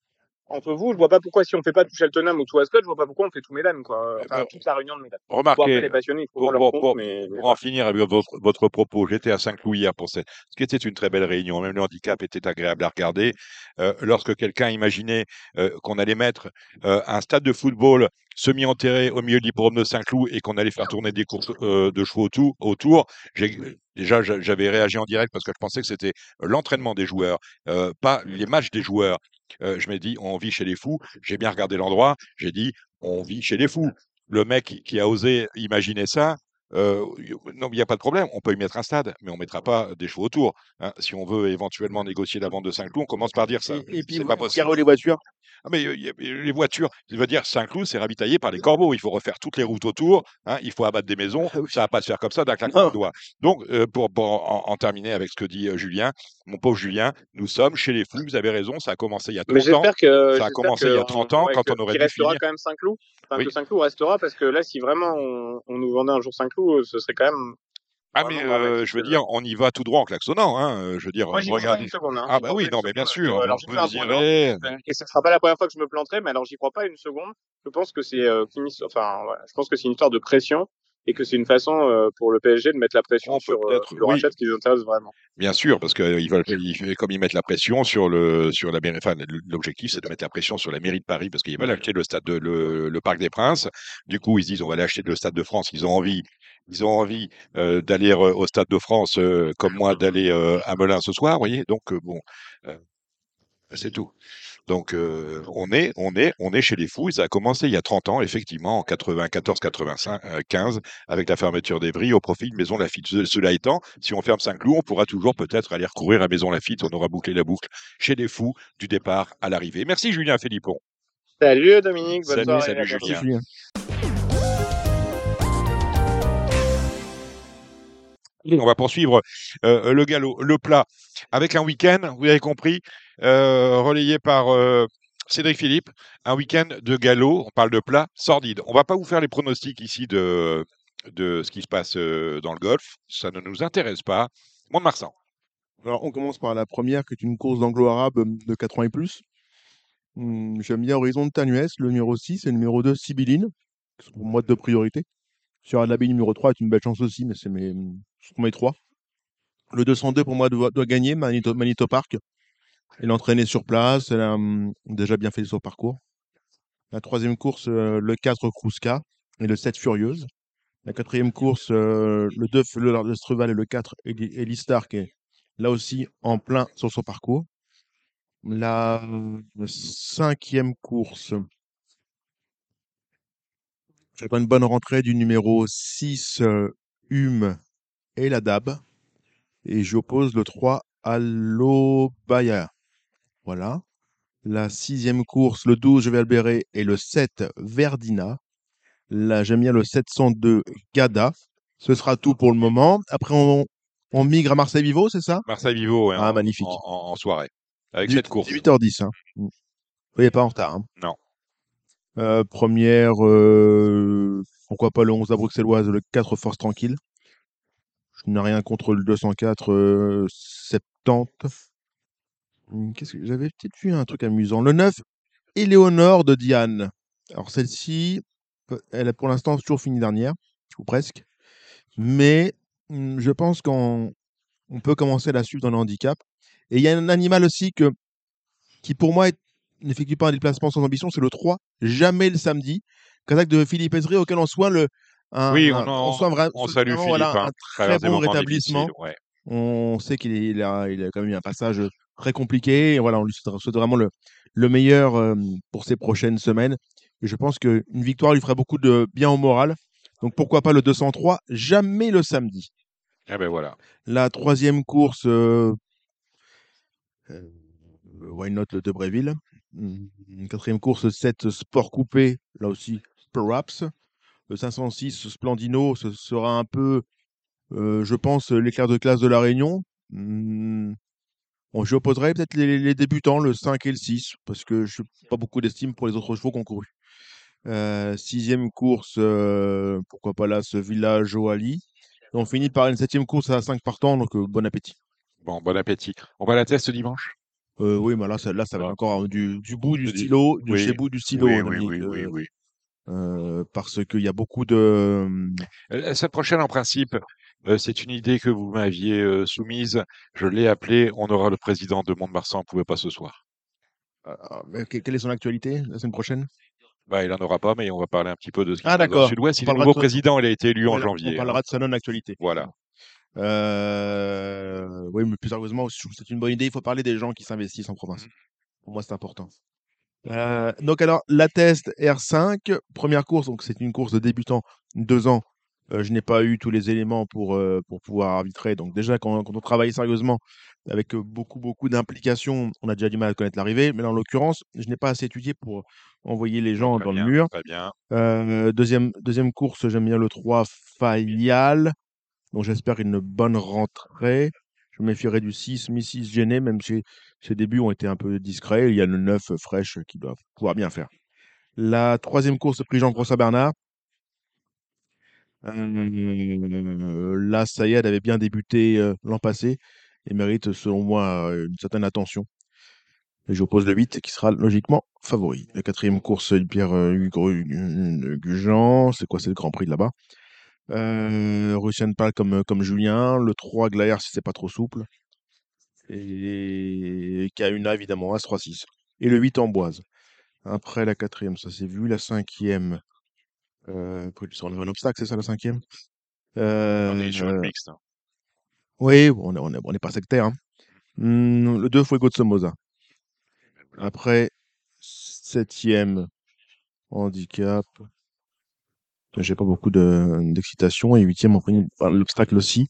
Entre vous, je vois pas pourquoi si on fait pas tout Cheltenham ou tout Ascot, je vois pas pourquoi on fait tout Médane, quoi. Eh Enfin, ben, toute la réunion de Médane. Bon, après, remarquez, les passionnés, ils pour, trouveront leur pour, compte, pour, mais, mais pour en voilà. finir avec votre, votre propos, j'étais à Saint-Cloud hier pour cette, ce qui était une très belle réunion. Même le handicap était agréable à regarder. Euh, lorsque quelqu'un imaginait euh, qu'on allait mettre euh, un stade de football semi-enterré au milieu de l'hippodrome de Saint-Cloud et qu'on allait faire tourner des courses euh, de chevaux autour, autour j'ai, déjà j'a- j'avais réagi en direct parce que je pensais que c'était l'entraînement des joueurs, euh, pas les matchs des joueurs. Euh, je m'ai dit, on vit chez les fous. J'ai bien regardé l'endroit. J'ai dit, on vit chez les fous. Le mec qui, qui a osé imaginer ça, euh, y- non, il n'y a pas de problème. On peut y mettre un stade, mais on ne mettra pas des chevaux autour. hein. Si on veut éventuellement négocier la vente de Saint-Cloud, on commence par dire ça. Et, et puis, C'est vous, pas vous possible. garez les voitures. Ah, mais euh, y a- les voitures, je veux dire, Saint-Cloud, c'est ravitaillé par les corbeaux. Il faut refaire toutes les routes autour. hein, il faut abattre des maisons. Ah oui. Ça va pas se faire comme ça d'un claquement Non, de doigts. Donc, euh, pour, pour en, en terminer avec ce que dit euh, Julien, mon pauvre Julien, nous sommes chez les fous. Vous avez raison. Ça a commencé il y a Mais trente ans. j'espère que, Ça a j'espère commencé il que, y a on- trente ans ouais, quand que, on aurait qu'il dû restera finir. quand même Saint-Cloud. Enfin, que Oui. Saint-Cloud restera parce que là, si vraiment on, on nous vendait un jour Saint-Cloud, ce serait quand même Ah, mais vraiment euh, dramatique. je veux dire, on y va tout droit en klaxonnant. Hein. euh, Je veux dire, Moi, j'y crois pas regardez. une seconde, hein. Ah, J'y bah crois oui, pas une non, mais bien seconde. sûr, Euh, alors, on j'ai peut fait un point d'ordre. mesurer. Euh, Et ce sera pas la première fois que je me planterai, mais alors j'y crois pas une seconde. Je pense que c'est, euh, qu'une his- enfin, voilà, je pense que c'est une histoire de pression et que c'est une façon euh, pour le P S G de mettre la pression On peut sur euh, peut-être, le oui, rachat qui les intéresse vraiment. bien sûr, parce que ils veulent, ils- comme ils mettent la pression sur le, sur la mairie, enfin, l'objectif, c'est de mettre la pression sur la mairie de Paris, parce qu'ils veulent acheter le stade de, le, le Parc des Princes. Du coup, ils se disent, on va aller acheter le stade de France. Ils ont envie, ils ont envie euh, d'aller euh, au stade de France, euh, comme moi, d'aller euh, à Melun ce soir, vous voyez. Donc, euh, bon, euh, c'est tout. Donc, euh, on est, on est, on est chez les fous. Et ça a commencé il y a trente ans, effectivement, en quatre-vingt-quatorze quatre-vingt-quinze, avec la fermeture d'Evry au profit de Maison Lafitte. Ce- Cela étant, si on ferme Saint-Cloud, on pourra toujours peut-être aller recourir à Maison Lafitte. On aura bouclé la boucle chez les fous du départ à l'arrivée. Merci Julien Philippon. Salut Dominique, bonne Salut, soirée. salut à bientôt. merci Julien. Julien. On va poursuivre euh, le galop, le plat, avec un week-end, vous avez compris, euh, relayé par euh, Cédric Philippe, un week-end de galop, on parle de plat sordide. On va pas vous faire les pronostics ici de, de ce qui se passe euh, dans le golf, ça ne nous intéresse pas. Mont-de-Marsan. Alors, on commence par la première, qui est une course d'anglo-arabe euh, de quatre ans et plus. Hum, J'aime bien Horizon de Tanuès, le numéro six, et le numéro deux, Sibylline, qui sont pour moi deux priorités. Sur l'abbaye numéro trois est une belle chance aussi, mais c'est mes, ce sont mes trois. Le deux cent deux, pour moi, doit, doit gagner Manito, Manito Park. Elle est entraînée sur place. Elle a hum, déjà bien fait son parcours. La troisième course, euh, le quatre Kruska et le sept Furieuse. La quatrième course, euh, le deux le, le Struval et le quatre Eli- Elistar qui est là aussi en plein sur son parcours. La euh, cinquième course, j'attends une bonne rentrée du numéro six euh, Hume et la Dab. Et j'oppose le trois Alobaya. Voilà. La sixième course, le douze, je vais Alberet et le sept Verdina. Là, j'aime bien le sept cent deux Gada. Ce sera tout pour le moment. Après, on, on migre à Marseille-Vivo, c'est ça? Marseille Vivo ouais, Ah, en, magnifique. en, en- en soirée. Avec Dix- cette course. dix-huit heures dix. Hein. Mm. Soyez pas en retard. Hein. Non. Euh, première, euh, pourquoi pas le onze à Bruxelloise, le quatre Force Tranquille. Je n'ai rien contre le deux cent quatre euh, soixante-dix. Hum, Qu'est-ce que j'avais peut-être vu un truc amusant. Le neuf, Éléonore de Diane. Alors celle-ci, pe- elle a pour l'instant toujours fini dernière, ou presque. Mais hum, je pense qu'on on peut commencer à la suivre dans le handicap. Et il y a un animal aussi que, qui pour moi est- n'effectue pas un déplacement sans ambition, c'est le trois, jamais le samedi. Kazakh de Philippe Ezri, auquel on soit le, un, Oui, on, un- on soit en, vra- on soit salue vraiment Philippe, voilà, hein. un très Traverse des bon moments difficiles. rétablissement. Ouais. On sait qu'il est- il a, il a quand même eu un passage très compliqué. Et voilà, on lui souhaite souhaite vraiment le, le meilleur euh, pour ces prochaines semaines. Et je pense qu'une victoire lui ferait beaucoup de bien au moral. Donc pourquoi pas le deux cent trois, jamais le samedi. Ah ben voilà. La troisième course, euh, euh, why not le de Bréville. Hum, Quatrième course, sept Sport Coupé, là aussi, perhaps. Le cinq cent six Splendino, ce sera un peu, euh, je pense, l'éclair de classe de la Réunion. Hum, Bon, je opposerai peut-être les, les débutants, le cinq et le six, parce que je n'ai pas beaucoup d'estime pour les autres chevaux qui ont couru. Euh, sixième course, euh, pourquoi pas là, ce village Oali. Et on finit par une septième course à cinq partants, donc euh, bon appétit. Bon, bon appétit. On va à la test dimanche? Euh, oui, mais là, ça, là, ça va être Bon. encore euh, du, du bout du Je dis- stylo, de chez Oui, bout du stylo, oui, hein, oui, Dominique, oui, oui, euh, oui. euh, parce qu'il y a beaucoup de. Euh, La semaine prochaine, en principe, euh, c'est une idée que vous m'aviez euh, soumise. Je l'ai appelée. On aura le président de Mont-de-Marsan. On ne pouvait pas ce soir. euh, mais que- quelle est son actualité la semaine prochaine? Bah, il n'en aura pas, mais on va parler un petit peu de ce qui se Ah, passe dans le d'accord. Sud-Ouest. On Il est parlera nouveau de son, président. Il a été élu en voilà, on janvier. Hein. parlera de sa non-actualité. Voilà. Euh, oui, mais plus sérieusement, je trouve que c'est une bonne idée. Il faut parler des gens qui s'investissent en province. Mhm. Pour moi, c'est important. Euh, donc, alors, la test R cinq, première course, donc c'est une course de débutant, deux ans. Euh, je n'ai pas eu tous les éléments pour, euh, pour pouvoir arbitrer. Donc, déjà, quand, quand on travaille sérieusement, avec euh, beaucoup, beaucoup d'implications, on a déjà du mal à connaître l'arrivée. Mais là, en l'occurrence, je n'ai pas assez étudié pour envoyer les Bon, gens très dans le bien, mur. très bien. Euh, deuxième, deuxième course, j'aime bien le trois Fayal. Donc j'espère une bonne rentrée. Je me méfierai du six, missus Gêné, même si ses débuts ont été un peu discrets. Il y a le neuf Fraîche qui doit pouvoir bien faire. La troisième course, prix Jean-François Bernard. Euh, là, Sayed avait bien débuté euh, l'an passé et mérite, selon moi, euh, une certaine attention. Et j'oppose le huit qui sera logiquement favori. La quatrième course, Pierre euh, Hugo- euh, Gujan. C'est quoi, c'est le Grand Prix de là-bas. Euh, Russian Pal comme, comme Julien. Le trois Glaer si c'est pas trop souple. Et Kahuna, évidemment, As trois six. Et le huit Amboise. Après la quatrième, ça c'est vu. La cinquième, euh, on avait un obstacle, c'est ça la cinquième? On est sur une Euh, mixte. Hein. oui, on n'est on est, on est pas sectaire. Hein. Hmm, le deux Fuego de Somoza. Après, septième, handicap. J'ai pas beaucoup de- d'excitation. Et huitième, enfin, l'obstacle aussi.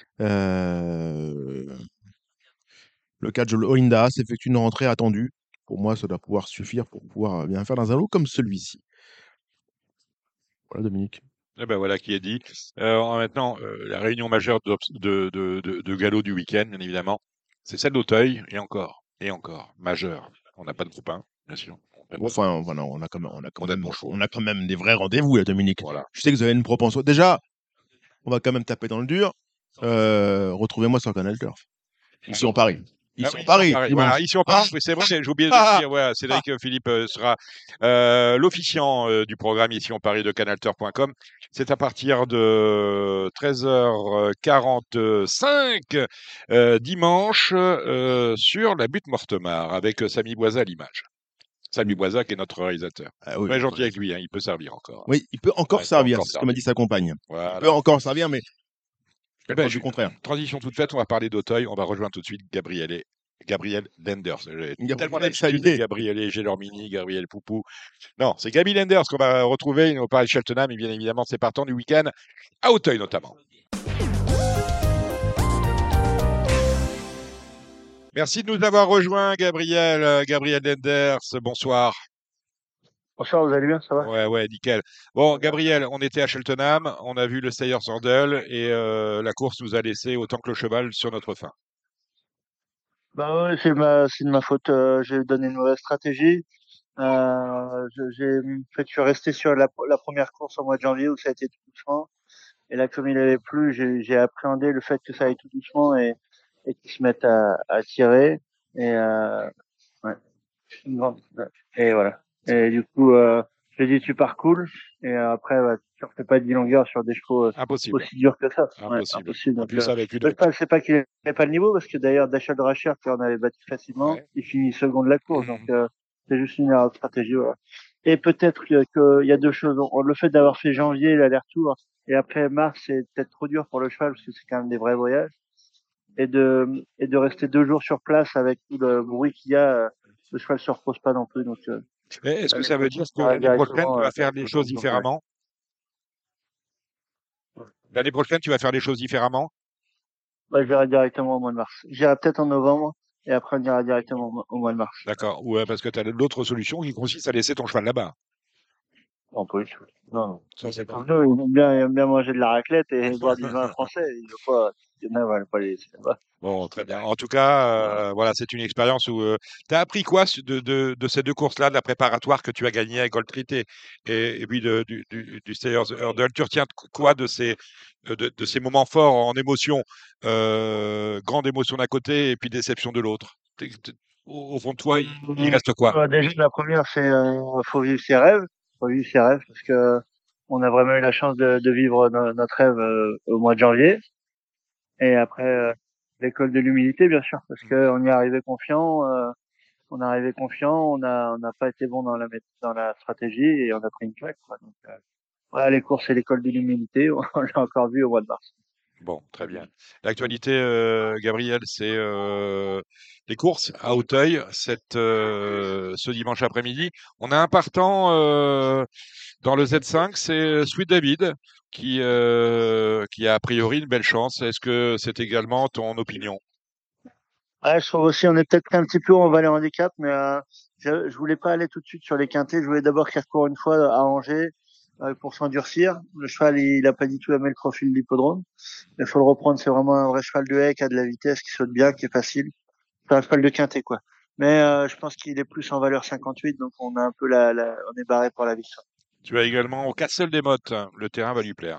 Euh, Le quatre, le Olinda s'effectue une rentrée attendue. Pour moi, ça doit pouvoir suffire pour pouvoir bien faire dans un lot comme celui-ci. Voilà, Dominique. Eh ben voilà qui est dit. Euh, maintenant, euh, la réunion majeure de, de, de, de, de galop du week-end, bien évidemment, c'est celle d'Auteuil, et encore, et encore, majeure. On n'a pas de groupe un, bien sûr. On Bon, enfin, voilà, on a quand même, on a quand on a de même, bons chevaux. on a quand même des vrais rendez-vous, là, Dominique. Voilà. Je sais que vous avez une propension. Déjà, on va quand même taper dans le dur. Euh, retrouvez-moi sur Canal Turf. Ici, on parie. Ils Ah sont oui, à Paris, Paris. dimanche. Voilà, ici en Ah, Paris, oui, c'est vrai, j'ai oublié de ah, le dire. Ouais, Cédric euh, Philippe euh, sera euh, l'officiant euh, du programme ici en Paris de canalteur point com. C'est à partir de treize heures quarante-cinq euh, dimanche euh, sur la butte Mortemart avec euh, Samy Boisa à l'image. Samy Boisa qui est notre réalisateur. ah oui, Très gentil ouais. avec lui, hein, il peut servir encore. Oui, il peut encore Ouais, il peut servir, encore c'est ce que m'a servir. dit sa compagne. Il peut Voilà. encore servir, mais Eh je ben, pense je- du contraire. transition toute faite, on va parler d'Auteuil. On va rejoindre tout de suite Gabriel Gabriel Lenders. J'ai Gabriel, tellement ça y l'habitude, est. Gabriel Gelormini, Gabriel Poupou. Non, c'est Gabi Lenders qu'on va retrouver. Il nous parle de Cheltenham et bien évidemment ses partants du week-end à Auteuil notamment. Merci de nous avoir rejoints, Gabriel. Euh, Gabriel Lenders, bonsoir. Bonsoir, vous allez bien, ça va? Ouais, ouais, nickel. Bon, Gabriel, on était à Cheltenham, on a vu le Steyr Sandel et euh, la course nous a laissé autant que le cheval sur notre faim. Bah ouais, c'est ma, c'est de ma faute. euh, j'ai donné une mauvaise stratégie. Euh, je- j'ai, en fait, je suis resté sur la, la première course au mois de janvier où ça a été tout doucement. Et là, comme il avait plu, j'ai, j'ai appréhendé le fait que ça aille tout doucement et, et qu'ils se mettent à, à tirer. Et, euh, ouais. Une grande- et voilà. Et du coup, euh, j'ai dit tu pars cool. Et euh, après, bah, tu refais pas de dix longueurs sur des chevaux euh, Impossible, aussi durs que ça. Ouais, impossible. impossible. En Donc, plus euh, avec une... le cheval, c'est pas qu'il n'avait pas le niveau, parce que d'ailleurs, Dachal Dracher, qu'on avait battu facilement, Ouais. il finit second de la course. Mhm. Donc, euh, c'est juste une erreur de stratégie. Voilà. Et peut-être que- qu'il y a deux choses. On- Le fait d'avoir fait janvier, l'aller-retour, et après mars, c'est peut-être trop dur pour le cheval, parce que c'est quand même des vrais voyages. Et de, et de rester deux jours sur place avec tout le bruit qu'il y a, euh, le cheval se repose pas non plus. Donc, euh, Mais est-ce que l'année ça veut dire prochaine, que ça va l'année prochaine, directement, tu euh, vas faire les au choses Tour de Bretagne. différemment? L'année prochaine, tu vas faire les choses différemment? Bah, je verrai directement au mois de mars. J'irai peut-être en novembre et après on ira directement au mois au mois de mars. D'accord. Ou euh, parce que tu as l'autre solution qui consiste à laisser ton cheval là-bas. On peut. Non, non. Ça, c'est pas... Comme nous, ils aiment bien, ils aiment bien manger de la raclette et boire du vin français. Ils veulent pas, il y en a, veulent pas les laisser là-bas. Bon, très bien. En tout cas, euh, voilà, c'est une expérience où euh, tu as appris quoi su- de, de, de ces deux courses-là, de la préparatoire que tu as gagnée à Gold Treaty et, et puis de, du, du, du Stayers Hurdle. Tu retiens quoi de ces, de, de ces moments forts en émotion, euh, grande émotion d'un côté et puis déception de l'autre? T'es- t'es- Au, au fond de toi, il, il reste quoi? Euh, déjà, la première, c'est euh, faut vivre ses rêves. Faut vivre ses rêves parce que on a vraiment eu la chance de, de vivre no- notre rêve euh, au mois de janvier. Et après, euh, l'école de l'humilité, bien sûr, parce que on y est arrivé confiant. Euh, on est arrivé confiant. On a, on n'a pas été bon dans la mét- dans la stratégie et on a pris une claque, quoi. Donc, euh, voilà, les courses, c'est l'école de l'humilité. On l'a encore vu au mois de mars. Bon, très bien. L'actualité, euh, Gabriel, c'est euh, les courses à Auteuil cette, euh, ce dimanche après-midi. On a un partant euh, dans le Z cinq, c'est Sweet David, qui, euh, qui a a priori une belle chance. Est-ce que c'est également ton opinion? Ouais, je trouve aussi, on est peut-être un petit peu en valeur handicap, mais euh, je, je voulais pas aller tout de suite sur les quintés. Je voulais d'abord qu'il recourt une fois à Angers euh, pour s'endurcir. Le cheval, il, il a pas du tout aimé le profil de l'hippodrome. Il faut le reprendre. C'est vraiment un vrai cheval de haie qui a de la vitesse, qui saute bien, qui est facile. C'est un cheval de quintet, quoi. Mais euh, je pense qu'il est plus en valeur cinquante-huit, donc on a un peu la, la on est barré pour la victoire. Tu as également au Castle des Mottes. Le terrain va lui plaire.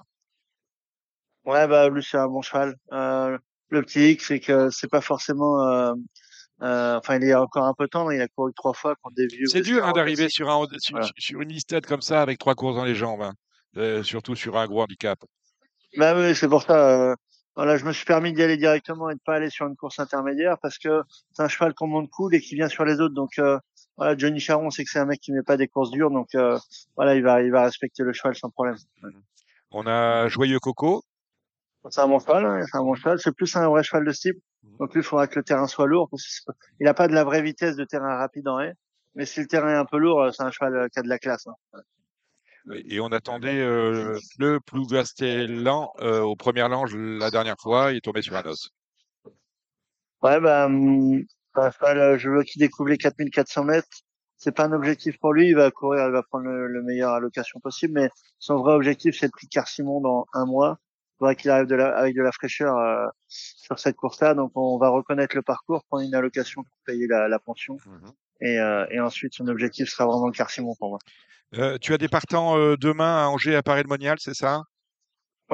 Ouais, bah lui c'est un bon cheval. Euh, le petit hic, c'est que c'est pas forcément. Euh, euh, enfin, il est encore un peu tendre. Il a couru trois fois contre des vieux C'est dur hein, vétérans d'arriver classiques. sur, un, sur, Voilà. sur une listette comme ça avec trois courses dans les jambes, hein. Euh, surtout sur un gros handicap. Bah oui, c'est pour ça. Euh, voilà, je me suis permis d'y aller directement et de pas aller sur une course intermédiaire parce que c'est un cheval qu'on monte cool et qui vient sur les autres. Donc euh, voilà, Johnny Charon, c'est que c'est un mec qui met pas des courses dures, donc euh, voilà, il va, il va respecter le cheval sans problème. Ouais. On a Joyeux Coco. C'est un bon cheval, hein, c'est un bon cheval. C'est plus un vrai cheval de ce type. Donc lui, il faudra que le terrain soit lourd parce que c'est pas- il a pas de la vraie vitesse de terrain rapide en haie. Mais si le terrain est un peu lourd, euh, c'est un cheval euh, qui a de la classe. Hein. Et on attendait euh, le Plougastellan euh, aux premières langes la dernière fois. Il est tombé sur un os. Ouais, bah, hum, c'est un cheval, euh, je veux qu'il découvre les quatre mille quatre cents mètres. C'est pas un objectif pour lui. Il va courir, il va prendre le, le meilleur allocation possible. Mais son vrai objectif, c'est le prix Carcimon dans un mois. Il faudrait qu'il arrive de la, avec de la fraîcheur euh, sur cette course-là. Donc, on va reconnaître le parcours, prendre une allocation pour payer la, la pension. Mhm. Et, euh, et ensuite, son objectif sera vraiment le Carcimon pour moi. Euh, tu as des partants euh, demain à Angers, à Paris-le-Monial, c'est ça? Ouais.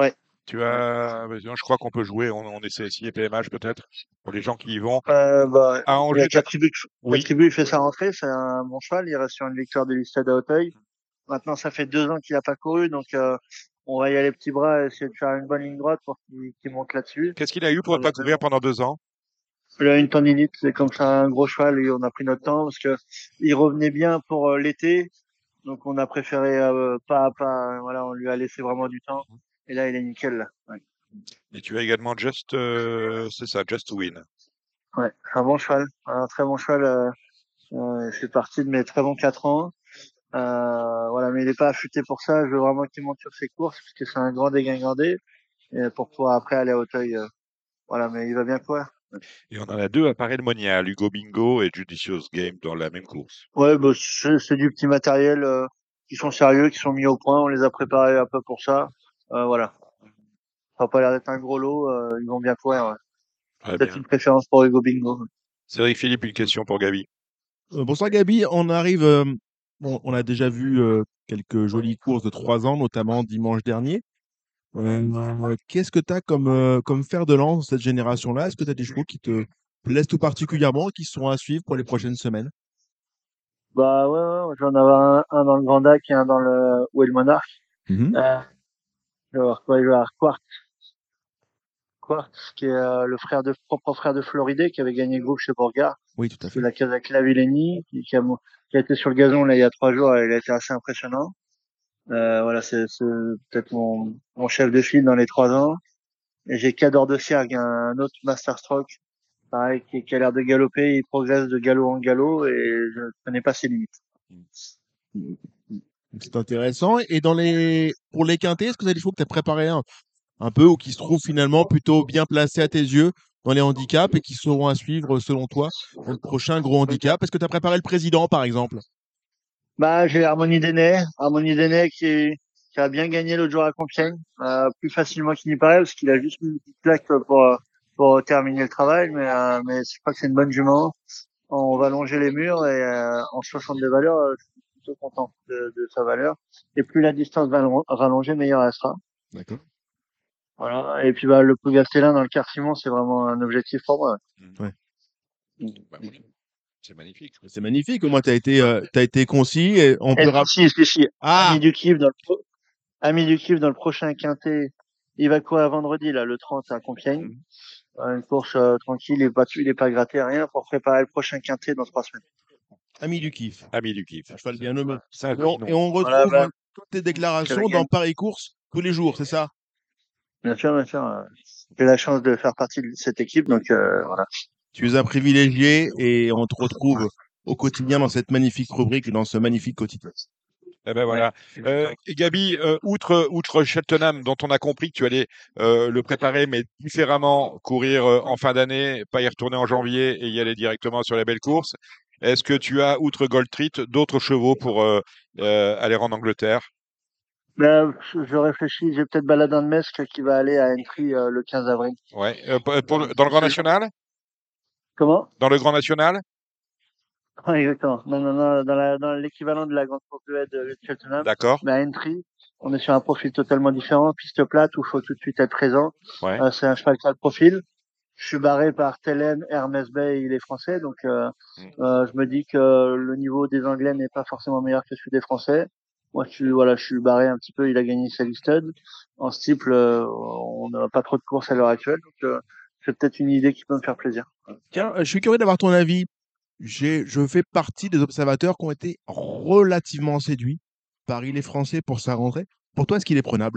Tu as, je crois qu'on peut jouer, on, on est C S I et P M H peut-être, pour les gens qui y vont. Euh, bah, À il y a Angers, t'as- Catribu, oui. Catribu, il fait sa rentrée, c'est un bon cheval, il reste sur une victoire de l'Istade à Auteuil. Maintenant, ça fait deux ans qu'il a pas couru, donc euh, on va y aller petits bras et essayer de faire une bonne ligne droite pour qu'il qu'il monte là-dessus. Qu'est-ce qu'il a eu pour ne Voilà. pas courir pendant deux ans? Il a une tendinite, c'est comme ça un gros cheval et on a pris notre temps parce que il revenait bien pour euh, l'été, donc on a préféré euh, pas à pas, voilà, on lui a laissé vraiment du temps et là il est nickel là. Ouais, Et tu as également Just, euh, c'est ça, Just to Win. ouais, c'est un bon cheval, un très bon cheval. Euh, euh, il fait partie de mes très bons quatre ans. Euh, voilà, mais il est pas affûté pour ça. Je veux vraiment qu'il monte sur ses courses parce que c'est un grand dégingandé et pour pouvoir après aller à Auteuil. Euh, voilà, mais il va bien courir. Et on en a deux à Paray-le-Monial, Hugo Bingo et Judicious Game dans la même course. Ouais, bah, c'est c'est du petit matériel euh, qui sont sérieux, qui sont mis au point. On les a préparés un peu pour ça. Euh, voilà. Ça n'a pas l'air d'être un gros lot. Euh, ils vont bien courir. Ouais. Très Peut-être bien. une préférence pour Hugo Bingo. Cédric Philippe, une question pour Gabi. Euh, bonsoir Gabi, on arrive, euh, bon, on a déjà vu euh, quelques jolies courses de trois ans, notamment dimanche dernier. Euh, Qu'est-ce que tu as comme, euh, comme fer de lance cette génération-là? Est-ce que tu as des chevaux qui te plaisent tout particulièrement, qui seront à suivre pour les prochaines semaines? Bah ouais, ouais, j'en avais un, un dans le Grand Dac et un dans le Well Monarch. Mhm. Euh, je vais avoir quoi? Je vais avoir Quartz. Quartz, qui est euh, le frère de propre frère de Floridé, qui avait gagné le groupe chez Borgard. Oui, tout à C'est fait. la Casa Clavilleni, qui, qui, a, qui a été sur le gazon là il y a trois jours. Et il a été assez impressionnant. Euh, voilà, c'est c'est peut-être mon, mon chef de file dans les trois ans. Et j'ai Cador de Siergue, un autre Master Stroke, pareil, qui, qui a l'air de galoper. Il progresse de galop en galop et je ne connais pas ses limites. C'est intéressant. Et dans les, pour les quintés, est-ce que tu as des chevaux que tu as préparé un, un peu ou qui se trouvent finalement plutôt bien placés à tes yeux dans les handicaps et qui seront à suivre selon toi dans le prochain gros handicap? Est-ce que tu as préparé le président par exemple? Bah, j'ai Harmonie Déné, Harmonie Déné qui, qui a bien gagné l'autre jour à Compiègne, euh, plus facilement qu'il n'y paraît parce qu'il a juste mis une petite plaque pour, pour terminer le travail, mais, euh, mais je crois que c'est une bonne jument. On va longer les murs et euh, en soixante-deux valeurs, euh, je suis plutôt content de, de sa valeur. Et plus la distance va lo- rallonger, meilleure elle sera. D'accord. Voilà. Et puis bah le Pougastelin dans le quart Simon, c'est vraiment un objectif pour moi. Ouais. Bah oui, c'est magnifique. C'est magnifique. Au moins, tu as été, euh, t'as été concis. Et on peut Et rap- si, si, si, Ah, Ami du Kiff dans le pro- Ami du Kiff dans le prochain quintet. Il va courir vendredi là, le trente à Compiègne. Euh, Une course euh, tranquille, il est pas il est pas gratté rien pour préparer le prochain quintet dans trois semaines. ami du kiff. Ami du kiff. Un cheval bien nommé. C'est un Et on, joli nom. et on retrouve Voilà, bah, euh, toutes tes déclarations J'avais dans gagné. Paris Course tous les jours, c'est ça? Bien sûr, bien sûr. euh, J'ai la chance de faire partie de cette équipe, donc euh, voilà. Tu es un privilégié et on te retrouve au quotidien dans cette magnifique rubrique et dans ce magnifique quotidien. Eh ben voilà. Euh, et Gabi, euh, outre, outre Cheltenham, dont on a compris que tu allais euh, le préparer, mais différemment, courir euh, en fin d'année, pas y retourner en janvier et y aller directement sur les belles courses, est-ce que tu as, outre Gold Treat, d'autres chevaux pour euh, euh, aller en Angleterre? Ben, je réfléchis, j'ai peut-être Baladin de Mesque qui va aller à Entry euh, le quinze avril. Ouais. Euh, pour- pour le- dans le Grand National? Comment? Dans le Grand National? Ouais, exactement. Non, non, non, dans la, dans l'équivalent de la grande poursuite de Cheltenham. D'accord. Mais à Entry, on est sur un profil totalement différent, piste plate où il faut tout de suite être présent. Ouais. Euh, c'est un cheval qui a le profil. Je suis barré par Tellen, Hermès Bay, il est français, donc euh, Mm. euh, je me dis que le niveau des Anglais n'est pas forcément meilleur que celui des Français. Moi, je suis voilà, je suis barré un petit peu. Il a gagné Sally Stud. En steeple, euh, on n'a pas trop de courses à l'heure actuelle, donc euh, c'est peut-être une idée qui peut me faire plaisir. Tiens, euh, je suis curieux d'avoir ton avis. J'ai, je fais partie des observateurs qui ont été relativement séduits par Il est français pour sa rentrée. Pour toi, est-ce qu'il est prenable?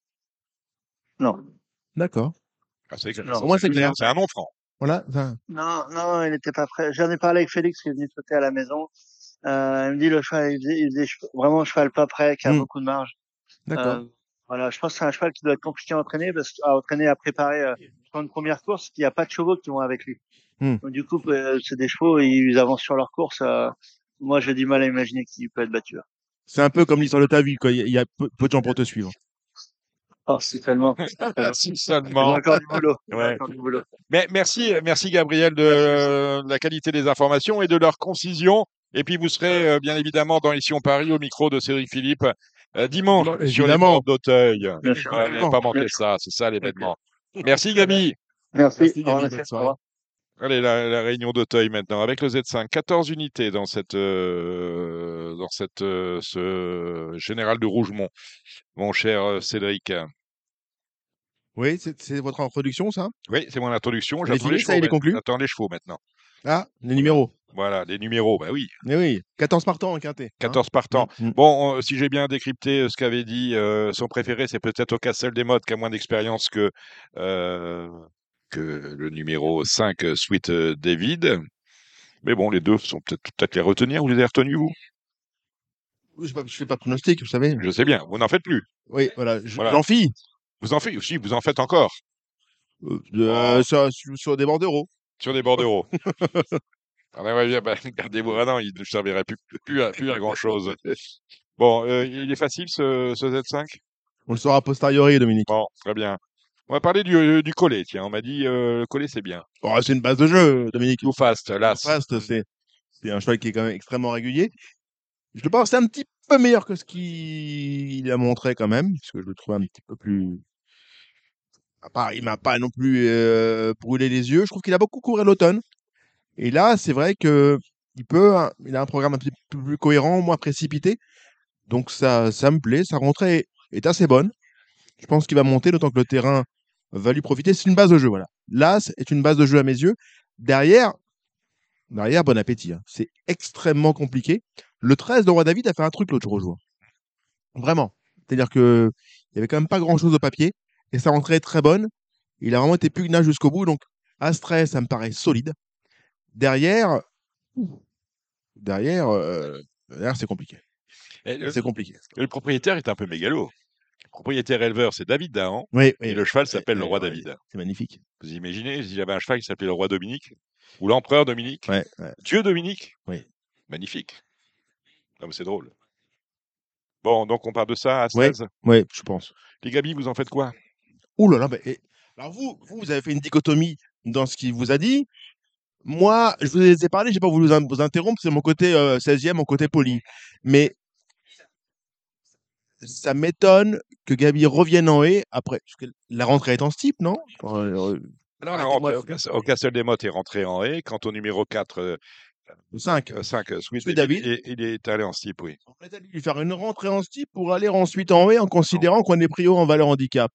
Non, D'accord. Ah, c'est Non. Au moins, c'est clair. c'est un nom franc. Voilà. Enfin, non, non, il n'était pas prêt. J'en ai parlé avec Félix qui est venu sauter à la maison. Euh, il me dit le cheval, il faisait, il faisait che- vraiment un cheval pas prêt, qui a Mm. beaucoup de marge. d'accord. Euh, voilà, je pense que c'est un cheval qui doit être compliqué à entraîner parce qu'à entraîner, à préparer euh, pour une première course, il n'y a pas de chevaux qui vont avec lui. Hmm. Donc, du coup, euh, c'est des chevaux, ils avancent sur leur course. euh, moi, j'ai du mal à imaginer qu'il peut être battu. C'est un peu comme l'histoire de ta vie, quoi. Il y a- il y a peu, peu de gens pour te suivre. Oh, c'est tellement. Merci J'ai seulement. encore du boulot. J'ai Ouais. encore du boulot. Mais merci, merci Gabriel de euh, la qualité des informations et de leur concision. Et puis vous serez euh, bien évidemment dans Ici on Paris au micro de Cédric Philippe Euh, dimanche, Évidemment. sur les bords d'Auteuil. Bien sûr. Ouais, n'allez pas manquer ça, c'est ça l'événement. Merci Gabi. Merci. Merci, Au revoir, Gabi, monsieur. bonne Au soirée. revoir. Allez, la, la réunion d'Auteuil maintenant, avec le Z cinq, quatorze unités dans cette, euh, dans cette, euh, ce général de Rougemont, mon cher euh, Cédric. Oui, c'est c'est votre introduction, ça? Oui, c'est mon introduction. Elle est J'attends les finie, ça, chevaux. il est maintenant. conclu? J'attends les chevaux maintenant. Ah, les Voilà. numéros. Voilà, les numéros, bah oui, Eh oui, quatorze partants en quintet. Hein. quatorze partants. Mm, mm. Bon, on- si j'ai bien décrypté euh, ce qu'avait dit euh, son préféré, c'est peut-être au Castle des Mottes qui a moins d'expérience que, euh, que le numéro cinq, euh, Sweet euh, David. Mais bon, les deux sont peut-être peut-être les retenir. Vous les avez retenus, vous? Je ne fais pas de pronostic, vous savez. Je sais bien, vous n'en faites plus. Oui, voilà, je- Voilà. j'en fis. Vous en faites aussi, vous en faites encore Euh, euh, Oh. sur, sur- sur des bordereaux. sur des bordereaux. Ah ben ouais, bien, ben, gardez-vous. Ah non, il ne servirait plus, plus à, plus à grand-chose. Bon, euh, il est facile ce, ce Z cinq? On le saura a posteriori, Dominique. Bon, très bien. On va parler du, euh, du collet, tiens. On m'a dit euh, le collet, c'est bien. Oh, c'est une base de jeu, Dominique. Too fast, las. Fast, c'est c'est un cheval qui est quand même extrêmement régulier. Je le pense un petit peu meilleur que ce qu'il a montré quand même, parce que je le trouve un petit peu plus. À part, il m'a pas non plus euh, brûlé les yeux. Je trouve qu'il a beaucoup couru à l'automne. Et là, c'est vrai que il peut, hein, il a un programme un petit peu plus cohérent, moins précipité. Donc ça, ça me plaît. Sa rentrée est, est assez bonne. Je pense qu'il va monter, d'autant que le terrain va lui profiter. C'est une base de jeu, voilà. L'As est une base de jeu à mes yeux. Derrière, derrière, bon appétit. Hein. C'est extrêmement compliqué. Le treize de Roi David a fait un truc l'autre jour au joueur. Vraiment. C'est-à-dire que il y avait quand même pas grand-chose au papier et sa rentrée est très bonne. Il a vraiment été pugnace jusqu'au bout. Donc As treize, ça me paraît solide. Derrière, derrière, euh, derrière c'est compliqué. Et le, C'est compliqué. le propriétaire est un peu mégalo. Le propriétaire éleveur, c'est David Dahan. Oui, oui, Et le oui. cheval s'appelle Ouais, le roi ouais, David. C'est magnifique. Vous imaginez s'il y avait un cheval qui s'appelait le roi Dominique? Ou l'empereur Dominique? Ouais, ouais. Dieu Dominique? Oui. Magnifique. Non, mais c'est drôle. Bon, donc on part de ça à Ouais, seize. ouais, je pense. Les Gabi, vous en faites quoi? Ouh là là, bah, et- alors vous, vous, vous avez fait une dichotomie dans ce qu'il vous a dit. Moi, je vous ai parlé, je n'ai pas voulu vous, in- vous interrompre, c'est mon côté euh, seizième, mon côté poli. Mais ça m'étonne que Gabi revienne en haie après. Parce que la rentrée est en steep, non? Euh, Alors, la arrêtez-moi rentrée de- au, Cas- au Castle des Mottes est rentré en haie. Quant au numéro quatre, euh, Le cinq. euh, cinq, euh, Sweet Sweet David, David. et- il est allé en steep, oui. On peut lui faire une rentrée en steep pour aller ensuite en haie en considérant qu'on est pris haut en valeur handicap.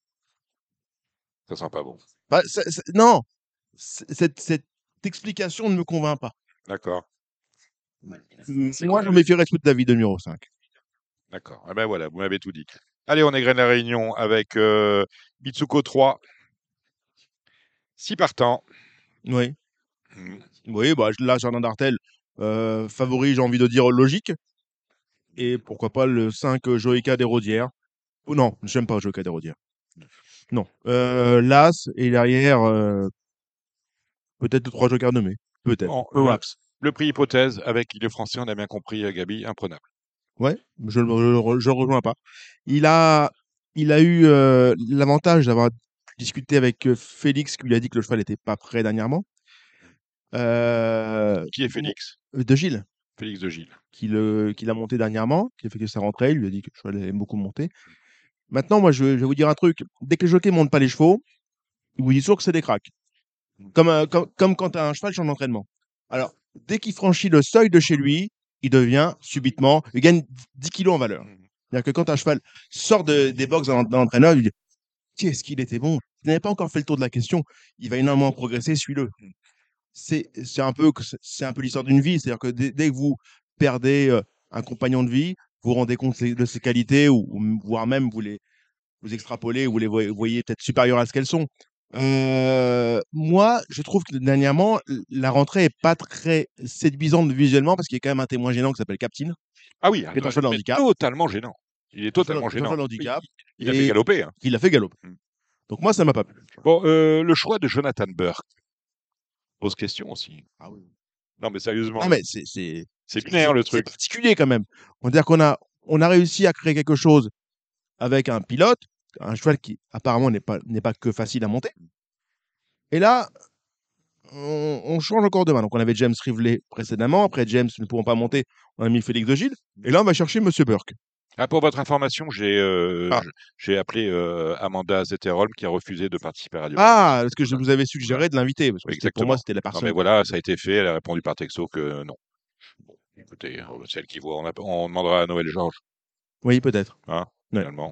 Ça sent pas bon. Bah, c'est- c'est- non, c'est- cette, cette explication ne me convainc pas. D'accord, Moi, je me méfierais de David de numéro cinq. d'accord. Ah ben voilà, vous m'avez tout dit. Allez, on égrène la réunion avec euh, Mitsuko trois. six partants. Oui. Hmm. Oui, bah, je- là, Jardin d'Artel, euh, favori, j'ai envie de dire logique. Et pourquoi pas le cinq euh, Joïka des Rodières. Oh, non, j'aime pas Joïka des Rodières. Non. Euh, L'As et derrière, euh, peut-être le trois Jokers nommés. Peut-être. Bon, Perhaps. le prix hypothèse avec le français, on a bien compris, euh, Gabi, imprenable. Ouais, je ne le rejoins pas. Il a, il a eu euh, l'avantage d'avoir discuté avec euh, Félix qui lui a dit que le cheval n'était pas prêt dernièrement. Euh, Qui est Félix? De Gilles, Félix de Gilles. qui le- qui l'a monté dernièrement, qui a fait que sa rentrée. Il lui a dit que le cheval aime beaucoup monter. Maintenant, moi, je, je vais vous dire un truc. Dès que le jockey ne monte pas les chevaux, il vous dit toujours que c'est des cracks. Comme, un- comme, comme quand tu as un cheval sur l'entraînement. Alors, dès qu'il franchit le seuil de chez lui, il devient subitement, il gagne dix kilos en valeur. C'est-à-dire que quand un cheval sort de- des box dans, dans l'entraîneur, il dit qu'est-ce qu'il était bon. Il n'avait pas encore fait le tour de la question. Il va énormément progresser, suis-le. C'est c'est un peu, c'est un peu l'histoire d'une vie. C'est-à-dire que dès, dès que vous perdez euh, un compagnon de vie, vous vous rendez compte de ses qualités, ou, ou voire même vous les vous extrapolez, vous les voyez, voyez peut-être supérieures à ce qu'elles sont. Euh, moi, je trouve que dernièrement, la rentrée est pas très séduisante visuellement parce qu'il y a quand même un témoin gênant qui s'appelle Captain. Ah oui, Qui est un cheval de mais handicap. totalement gênant. Il est totalement Un cheval gênant. de handicap. Il, il a Et fait galoper. Hein. Il a fait galoper. Mm. Donc moi, ça m'a pas plu. Bon, euh, le choix de Jonathan Burke pose question aussi. Ah oui. Non, mais sérieusement, Non mais c'est c'est c'est binaire le c'est truc. particulier quand même. On va dire qu'on a on a réussi à créer quelque chose avec un pilote, un cheval qui apparemment n'est pas n'est pas que facile à monter. Et là, on, on change encore de main. Donc on avait James Rivley précédemment. Après James ne pouvant pas monter, on a mis Félix de Gilles. Et là, on va chercher Monsieur Burke. Ah, pour votre information, j'ai euh, Ah. je- j'ai appelé euh, Amanda Zetterholm qui a refusé de participer à Radio. Ah, parce que je vous avais suggéré de l'inviter, parce que Oui, c'était- pour moi, exactement. c'était la Non, personne. mais voilà, ça a été fait. Elle a répondu par texto que non. Bon, écoutez, euh, c'est elle qui voit. On, app- on demandera à Noël Georges, Oui, peut-être. hein, Ouais. finalement.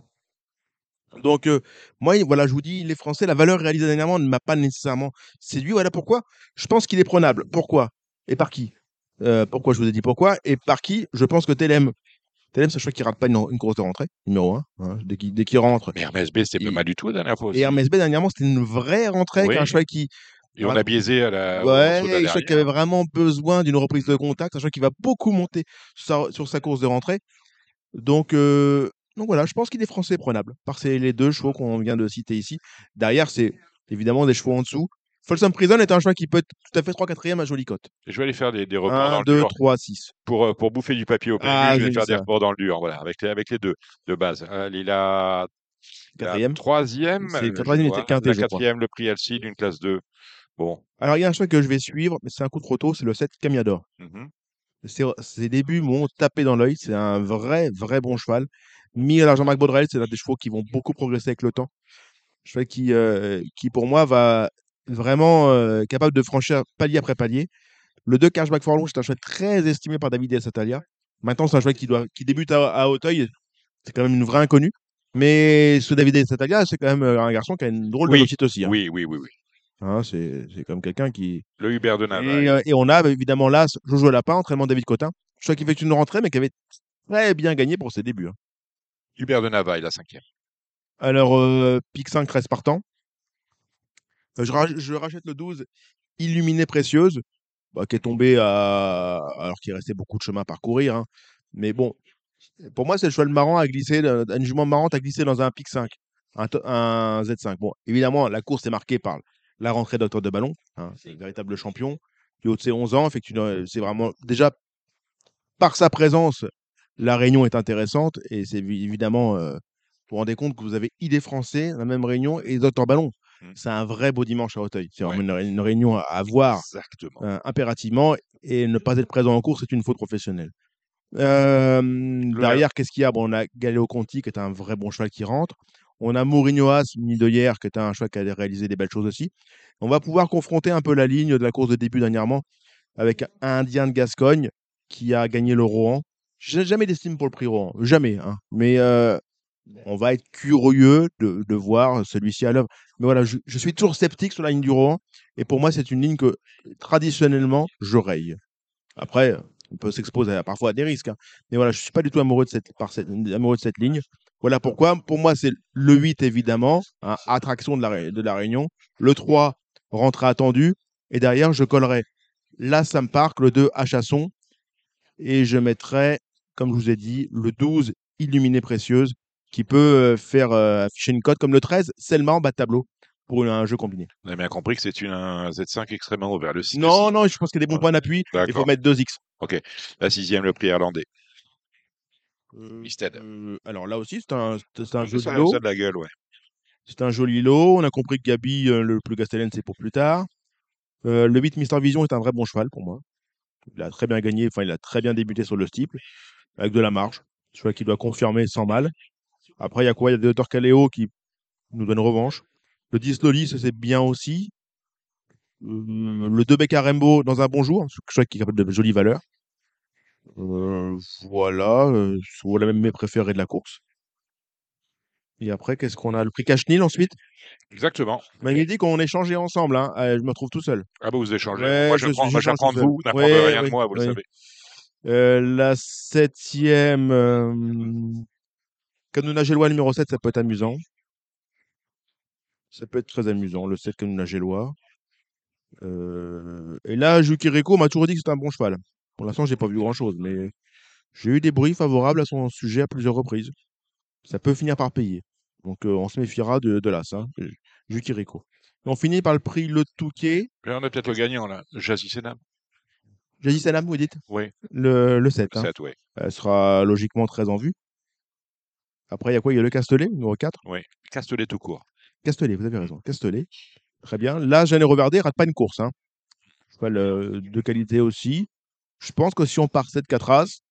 Donc, euh, moi, voilà, je vous dis, les Français, la valeur réalisée dernièrement ne m'a pas nécessairement séduit. Voilà pourquoi je pense qu'il est prenable. Pourquoi? Et par qui? Euh, pourquoi je vous ai dit pourquoi? Et par qui? Je pense que Telem. Telem, c'est un choix qui rate pas une, une course de rentrée, numéro un. Hein. Dès qu'il dès qu'il rentre. Mais Hermès B, c'était pas il- mal du tout la dernière fois Et aussi. Hermès B, dernièrement, c'était une vraie rentrée avec un Oui. cheval qui. Et on un- a biaisé à la, au morceau de la Ouais, un cheval qui avait dernière. vraiment besoin d'une reprise de contact. Un cheval qui va beaucoup monter sur sa, sur sa course de rentrée. Donc, euh, donc voilà, je pense qu'il est français prenable par ces, les deux chevaux qu'on vient de citer ici. Derrière, c'est évidemment des chevaux en dessous. Folsom Prison est un cheval qui peut être tout à fait trois quatrième à jolie cote. Et je vais aller faire des, des reports dans un, le deux, dur. trois, six. Pour, euh, pour bouffer du papier au P M U, Ah, je j'ai vais vu faire des ça. reports dans le dur, voilà, avec les, avec les deux de base. Euh, il a la Quatrième. troisième, C'est le je quatrième, il vois. était quinté, La je crois. quatrième, le prix Alcide, une classe deux. Bon. Alors, il y a un cheval que je vais suivre, mais c'est un coup trop tôt, c'est le sept Camiador. Mhm. Ses, ses débuts m'ont tapé dans l'œil. C'est un vrai, vrai bon cheval. Mis à la Jean-Marc Baudrel, c'est un des chevaux qui vont beaucoup progresser avec le temps. Cheval qui, euh, qui pour moi, va vraiment euh, capable de franchir palier après palier. Le deux Cashback Forlong, c'est un cheval très estimé par David Satalia. Maintenant, c'est un cheval qui, doit, qui débute à, à Hauteuil. C'est quand même une vraie inconnue. Mais ce David Satalia, c'est quand même euh, un garçon qui a une drôle de Oui, réussite aussi. Hein. oui, oui, oui, oui. Hein, c'est c'est comme quelqu'un qui. Le Hubert de Et, Navaille. euh, et on a bah, évidemment là Jojo Lapin, entraînement de David Cotin. Cheval qui fait une rentrée, mais qui avait très bien gagné pour ses débuts. Hein. Hubert de Navaille, la cinquième. Alors, euh, pic cinq, treize partants. Euh, je, rach- je rachète le douze, Illuminée Précieuse, bah, qui est tombé à. Alors qu'il restait beaucoup de chemin à parcourir. Hein. Mais bon, pour moi, c'est le cheval marrant à glisser, euh, une jument marrante à glisser dans un pic cinq, un, to- un Z cinq. Bon, évidemment, la course est marquée par la rentrée d'Octobre de Ballon. Hein, c'est le véritable champion. Du haut de ses onze ans, effectivement, c'est vraiment. Déjà, par sa présence, la réunion est intéressante. Et c'est évi- évidemment. euh, vous vous rendez compte que vous avez I D Français, la même réunion, et Docteur Ballon. Mm. C'est un vrai beau dimanche à Auteuil. C'est vraiment Ouais. une, une réunion à, à voir Exactement. euh, impérativement. Et ne pas être présent en course, c'est une faute professionnelle. Euh, derrière, qu'est-ce qu'il y a? Bon, on a Galeo Conti, qui est un vrai bon cheval qui rentre. On a Mourinho As, mini de hier, qui est un cheval qui a réalisé des belles choses aussi. On va pouvoir confronter un peu la ligne de la course de début dernièrement avec un Indien de Gascogne qui a gagné le Rohan. Je n'ai jamais d'estime pour le prix Rohan, jamais. Hein. Mais euh, on va être curieux de, de voir celui-ci à l'œuvre. Mais voilà, je, je suis toujours sceptique sur la ligne du Rohan. Et pour moi, c'est une ligne que traditionnellement, je raye. Après, on peut s'exposer à- parfois à des risques. Hein. Mais voilà, je ne suis pas du tout amoureux de cette, par cette, amoureux de cette ligne. Voilà pourquoi, pour moi, c'est le huit, évidemment, hein, attraction de la, Ré- de la Réunion. Le trois, rentrée attendue. Et derrière, je collerai là, Sam Park, le deux, à Chasson. Et je mettrai, comme je vous ai dit, le douze, Illuminée Précieuse, qui peut euh, faire euh, afficher une cote comme le treize, Selma en bas de tableau pour une- un jeu combiné. On a bien compris que c'est une, un Z cinq extrêmement ouvert. Le six, Non, le six. non, je pense qu'il y a des bons Ouais. points d'appui. Il faut D'accord. mettre deux X. Ok. La sixième, le prix irlandais. Euh, Listed. euh, alors là aussi, c'est un, c'est un C'est joli ça, lot. ça de la gueule, ouais. C'est un joli lot. On a compris que Gabi, euh, le plus Gastelène, c'est pour plus tard. Euh, le huit, Mister Vision, est un vrai bon cheval pour moi. Il a très bien gagné, enfin, il a très bien débuté sur le steeple, avec de la marge. Cheval qui doit confirmer sans mal. Après, il y a quoi? Il y a des Docteur Caléo qui nous donne revanche. Le dix Loli, ça c'est bien aussi. Euh, le deux Beccarembo dans un bon jour, je crois qu'il est capable de jolies valeurs. Euh, voilà, euh, c'est voilà même mes préférés de la course. Et après, qu'est-ce qu'on a? Le prix Cachenil ensuite. Exactement. Mais il dit qu'on échangeait ensemble. Hein. Euh, je me retrouve tout seul. Ah bah vous échangez. Ouais, Moi, je, j'apprends, moi, j'échange j'apprends tout de seul. vous. Vous n'apprendrez Oui, rien oui, de moi, vous oui. le savez. Euh, la septième, euh, Kanuna Gélois numéro sept, ça peut être amusant. Ça peut être très amusant, le sept Kanuna Gélois. Euh, et là, Jukireko m'a toujours dit que c'était un bon cheval. Pour l'instant, j'ai pas vu grand-chose, mais j'ai eu des bruits favorables à son sujet à plusieurs reprises. Ça peut finir par payer. Donc, euh, on se méfiera de, de l'as, hein, Jukireko. Et on finit par le prix Le Touquet. Et on a peut-être le gagnant, là. Jazzy Senam. J'ai dit Salam, vous dites Oui. Le, le sept. Le Hein. sept, oui. Elle sera logiquement très en vue. Après, il y a quoi? Il y a le Castellet, numéro quatre. Oui. Castellet tout court. Castellet, vous avez raison. Castellet. Très bien. Là, Jeanne Revardé rate pas une course. Hein. Cheval euh, de qualité aussi. Je pense que si on part sept quatre As,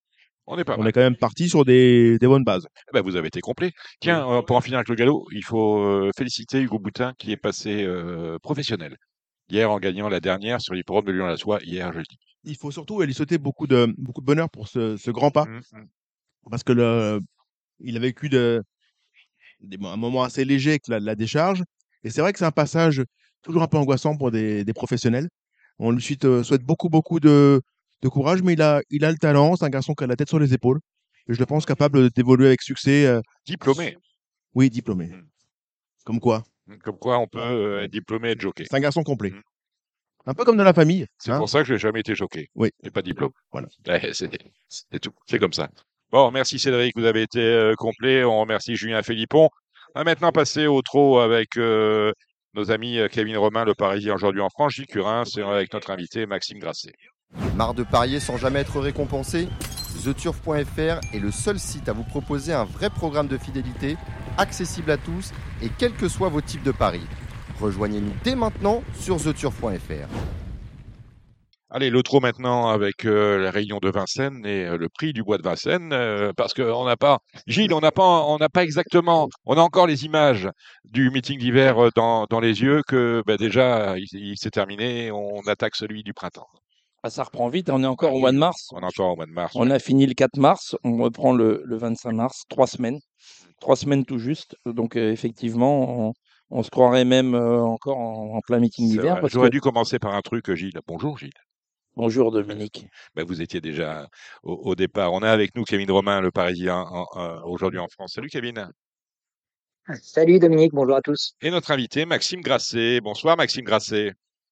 On est pas On mal. est quand même parti sur des, des bonnes bases. Eh ben, vous avez été complet. Tiens, euh, pour en finir avec le galop, il faut euh, féliciter Hugo Boutin qui est passé euh, professionnel hier en gagnant la dernière sur l'hippodrome de Lyon-la-Soie hier jeudi. Il faut surtout lui souhaiter beaucoup de, beaucoup de bonheur pour ce, ce grand pas, Mmh, mmh. parce que le, il a vécu de, des, un moment assez léger avec la, la décharge. Et c'est vrai que c'est un passage toujours un peu angoissant pour des, des professionnels. On lui souhaite, euh, souhaite beaucoup, beaucoup de, de courage, mais il a, il a le talent. C'est un garçon qui a la tête sur les épaules. Et je le pense capable d'évoluer avec succès. euh, Diplômé. oui, diplômé. Mmh. Comme quoi. Comme quoi on peut euh, être diplômé et être jockey. C'est un garçon complet. Mmh. Un peu comme dans la famille. C'est hein. pour ça que j'ai jamais été jockey. Oui. Et pas diplôme. Voilà. Ouais, c'est c'est tout. C'est comme ça. Bon, merci Cédric, vous avez été euh, complet. On remercie Julien Philippon. On va maintenant passer au trot avec euh, nos amis euh, Kevin Romain, le Parisien aujourd'hui en France, Gilles Curin, c'est avec notre invité Maxime Grasset. Marre de parier sans jamais être récompensé? The Turf point F R est le seul site à vous proposer un vrai programme de fidélité, accessible à tous et quels que soient vos types de paris. Rejoignez-nous dès maintenant sur The Turf point F R. Allez, le trot maintenant avec euh, la réunion de Vincennes et euh, le prix du bois de Vincennes, euh, parce qu'on n'a pas, Gilles, on n'a pas, on n'a pas exactement, on a encore les images du meeting d'hiver euh, dans, dans les yeux que ben, déjà il, il s'est terminé, on attaque celui du printemps. Ah, ça reprend vite, on est encore Ah au oui, mois de mars. on est encore au mois de mars. On ouais. a fini le quatre mars, on reprend le, le vingt-cinq mars, trois semaines. Trois semaines tout juste. Donc euh, effectivement, on, on se croirait même euh, encore en, en plein meeting C'est d'hiver vrai. parce J'aurais que dû commencer par un truc, Gilles. Bonjour, Gilles. bonjour Dominique. Ben, vous étiez déjà au, au départ. On a avec nous Kevin Romain, le Parisien, en- en- aujourd'hui en France. Salut, Kevin. Salut Dominique, bonjour à tous. Et notre invité, Maxime Grasset. Bonsoir, Maxime Grasset.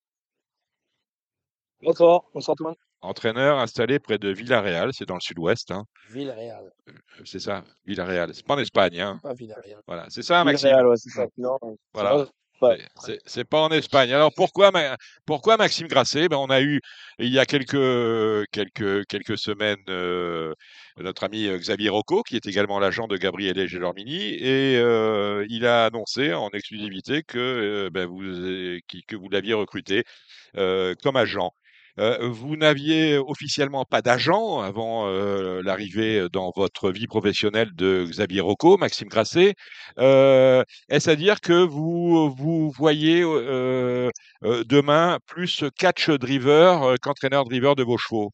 Bonsoir, bonsoir tout le monde. Entraîneur installé près de Villarreal, c'est dans le sud-ouest. Hein. Villarreal, C'est ça, Villarreal. C'est pas en Espagne. Hein. pas Villarreal. Voilà, c'est ça, Maxime. Villarreal, ouais, c'est ça. Hum, Non, Voilà. ça va. C'est- C'est c'est pas en Espagne. Alors pourquoi, Ma- pourquoi Maxime Grasset? Ben, on a eu il y a quelques quelques quelques semaines euh, notre ami euh, Xavier Rocco, qui est également l'agent de Gabriele Gelormini, et euh, il a annoncé en exclusivité que euh, ben, vous euh, qui- que vous l'aviez recruté euh, comme agent. Euh, vous n'aviez officiellement pas d'agent avant euh, l'arrivée dans votre vie professionnelle de Xavier Rocco, Maxime Grasset. Euh, Est-ce à dire que vous vous voyez euh, euh, demain plus catch driver euh, qu'entraîneur driver de vos chevaux?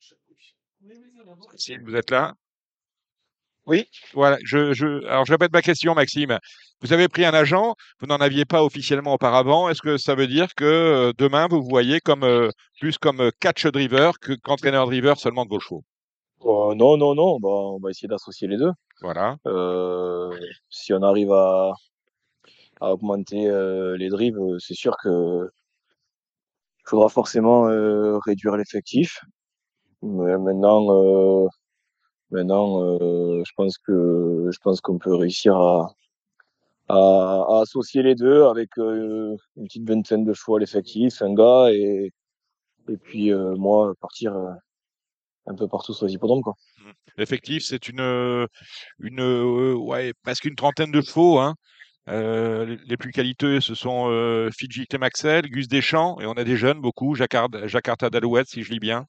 Si vous êtes là? Oui, Voilà, je, je, alors je répète ma question, Maxime. Vous avez pris un agent, vous n'en aviez pas officiellement auparavant. Est-ce que ça veut dire que euh, demain vous vous voyez comme euh, plus comme euh, catch driver que qu'entraîneur driver seulement de vos chevaux? Euh, non, non, non, bah, on va essayer d'associer les deux. Voilà. Euh, si on arrive à, à augmenter euh, les drives, euh, c'est sûr que il faudra forcément euh, réduire l'effectif. Mais maintenant, euh, maintenant, euh, je pense que je pense qu'on peut réussir à, à, à associer les deux avec euh, une petite vingtaine de chevaux à l'effectif, un gars et et puis euh, moi partir euh, un peu partout sur les hippodromes, quoi. Mm. L'effectif, c'est une, euh, une, euh, ouais, presque une trentaine de chevaux, hein. Euh, les les plus qualiteux, ce sont euh, Fidji Maxel, Gus Deschamps, et on a des jeunes, beaucoup, Jacquard- Jakarta d'Alouette, si je lis bien.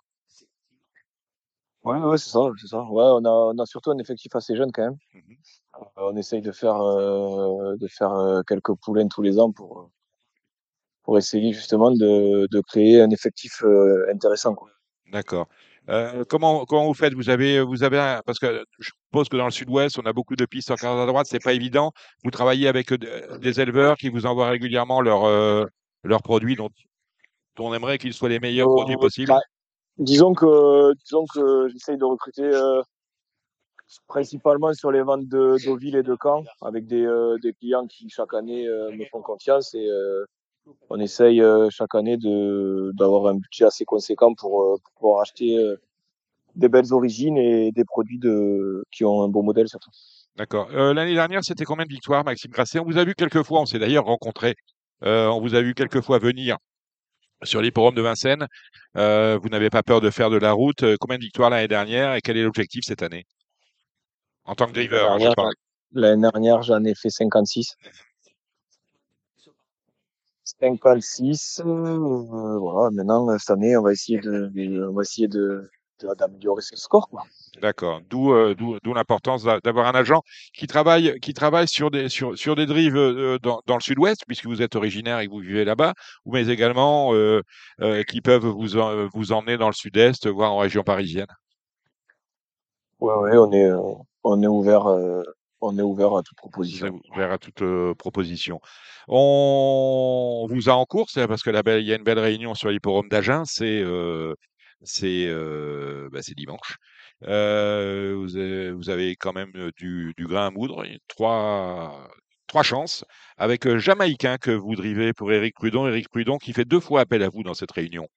Ouais, ouais, c'est ça, c'est ça. Ouais, on a, on a surtout un effectif assez jeune quand même. Mhm. Euh, on essaye de faire, euh, de faire euh, quelques poulains tous les ans pour, euh, pour essayer justement de, de créer un effectif euh, intéressant, quoi. D'accord. Euh, comment, comment vous faites? Vous avez, vous avez un- parce que je suppose que dans le sud-ouest, on a beaucoup de pistes en quart à droite, c'est pas évident. Vous travaillez avec euh, des éleveurs qui vous envoient régulièrement leurs euh, leurs produits dont, dont on aimerait qu'ils soient les meilleurs produits Euh, possibles. bah, disons que, disons que j'essaye de recruter euh, principalement sur les ventes de Deauville et de Caen, avec des, euh, des clients qui chaque année euh, me font confiance et euh, on essaye euh, chaque année de d'avoir un budget assez conséquent pour, euh, pour pouvoir acheter euh, des belles origines et des produits de qui ont un bon modèle surtout. D'accord. Euh, l'année dernière, c'était combien de victoires, Maxime Grasset? On vous a vu quelques fois, on s'est d'ailleurs rencontrés. Euh, on vous a vu quelques fois venir sur l'hippodrome de Vincennes. Euh, vous n'avez pas peur de faire de la route. Euh, Combien de victoires l'année dernière et quel est l'objectif cette année? En tant que L'année driver, hein, je dernière, parle. l'année dernière, j'en ai fait cinquante-six. cinquante-six. Euh, voilà. Maintenant, cette année, on va essayer de, on va essayer de, de- d'améliorer ses scores, quoi. D'accord. D'où euh, d'où d'où l'importance d'a- d'avoir un agent qui travaille qui travaille sur des sur sur des drives euh, dans, dans le sud-ouest puisque vous êtes originaire et que vous vivez là-bas, ou mais également euh, euh, qui peuvent vous en- vous emmener dans le sud-est, voire en région parisienne. Ouais, ouais, on est, euh, on est ouvert, euh, on est ouvert à toute Vous proposition. êtes ouvert à toute euh, proposition. On vous a en course hein, parce que la belle, il y a une belle réunion sur l'hipporome d'Agen. C'est euh, c'est euh, bah, c'est dimanche. Euh, vous, avez, vous avez quand même euh, du, du grain à moudre. Il y a Trois trois chances avec euh, Jamaïcain que vous drivez pour Éric Prudon. Éric Prudon qui fait deux fois appel à vous dans cette réunion.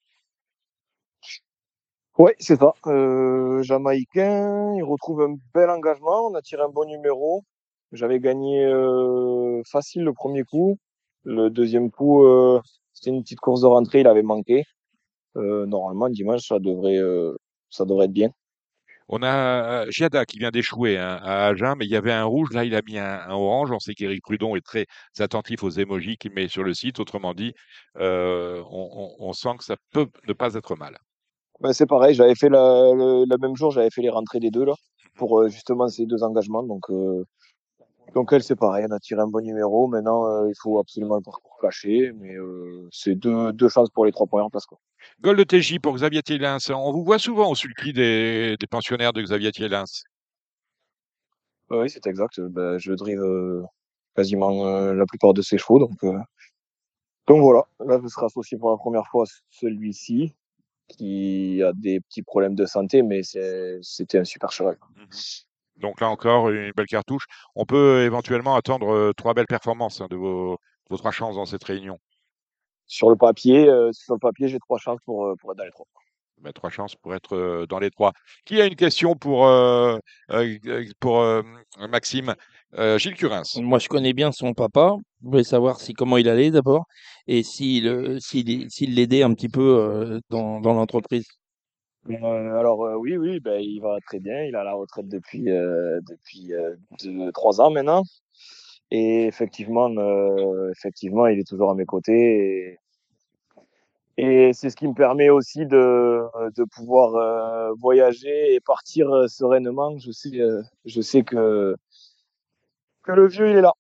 Ouais, c'est ça. Euh, Jamaïcain, il retrouve un bel engagement. On a tiré un bon numéro. J'avais gagné euh, facile le premier coup. Le deuxième coup, euh, c'était une petite course de rentrée, il avait manqué. Euh, normalement, dimanche, ça devrait, euh, ça devrait être bien. On a euh, Giada qui vient d'échouer hein, à Agen, mais il y avait un rouge, là il a mis un, un orange. On sait qu'Éric Prudon est très attentif aux émojis qu'il met sur le site. Autrement dit, euh, on, on- on sent que ça peut ne pas être mal. Ben, c'est pareil, j'avais fait la, le, le même jour, j'avais fait les rentrées des deux là, pour euh, justement ces deux engagements. Donc, euh, donc elle, c'est pareil, on a tiré un bon numéro. Maintenant, euh, il faut absolument le parcours caché, mais euh, c'est deux, deux chances pour les trois premières places, quoi. Gol de T J pour Xavier Thielens. On vous voit souvent au sulky des, des pensionnaires de Xavier Thielens. Ouais, oui, c'est exact. Ben, je drive euh, quasiment euh, la plupart de ces chevaux, donc, euh, donc voilà. Là, je serai associé pour la première fois à celui-ci, qui a des petits problèmes de santé, mais c'est, c'était un super cheval. Mhm. Donc là encore, une belle cartouche. On peut éventuellement attendre euh, trois belles performances hein, de vos, vos trois chances dans cette réunion. Sur le papier, euh, sur le papier, j'ai trois chances pour, euh, pour être dans les trois. Ben, trois chances pour être euh, dans les trois. Qui a une question pour, euh, euh, pour euh, Maxime Euh, Gilles Curins. Moi, je connais bien son papa. Je voulais savoir si comment il allait d'abord et s'il euh, s'il s'il l'aidait un petit peu euh, dans, dans l'entreprise. Euh, alors euh, oui, oui, ben, il va très bien. Il est à la retraite depuis euh, depuis euh, deux, trois ans maintenant. Et effectivement, euh, effectivement, il est toujours à mes côtés. Et, et c'est ce qui me permet aussi de, de pouvoir euh, voyager et partir euh, sereinement. Je sais, euh, je sais que, que le vieux, il est là.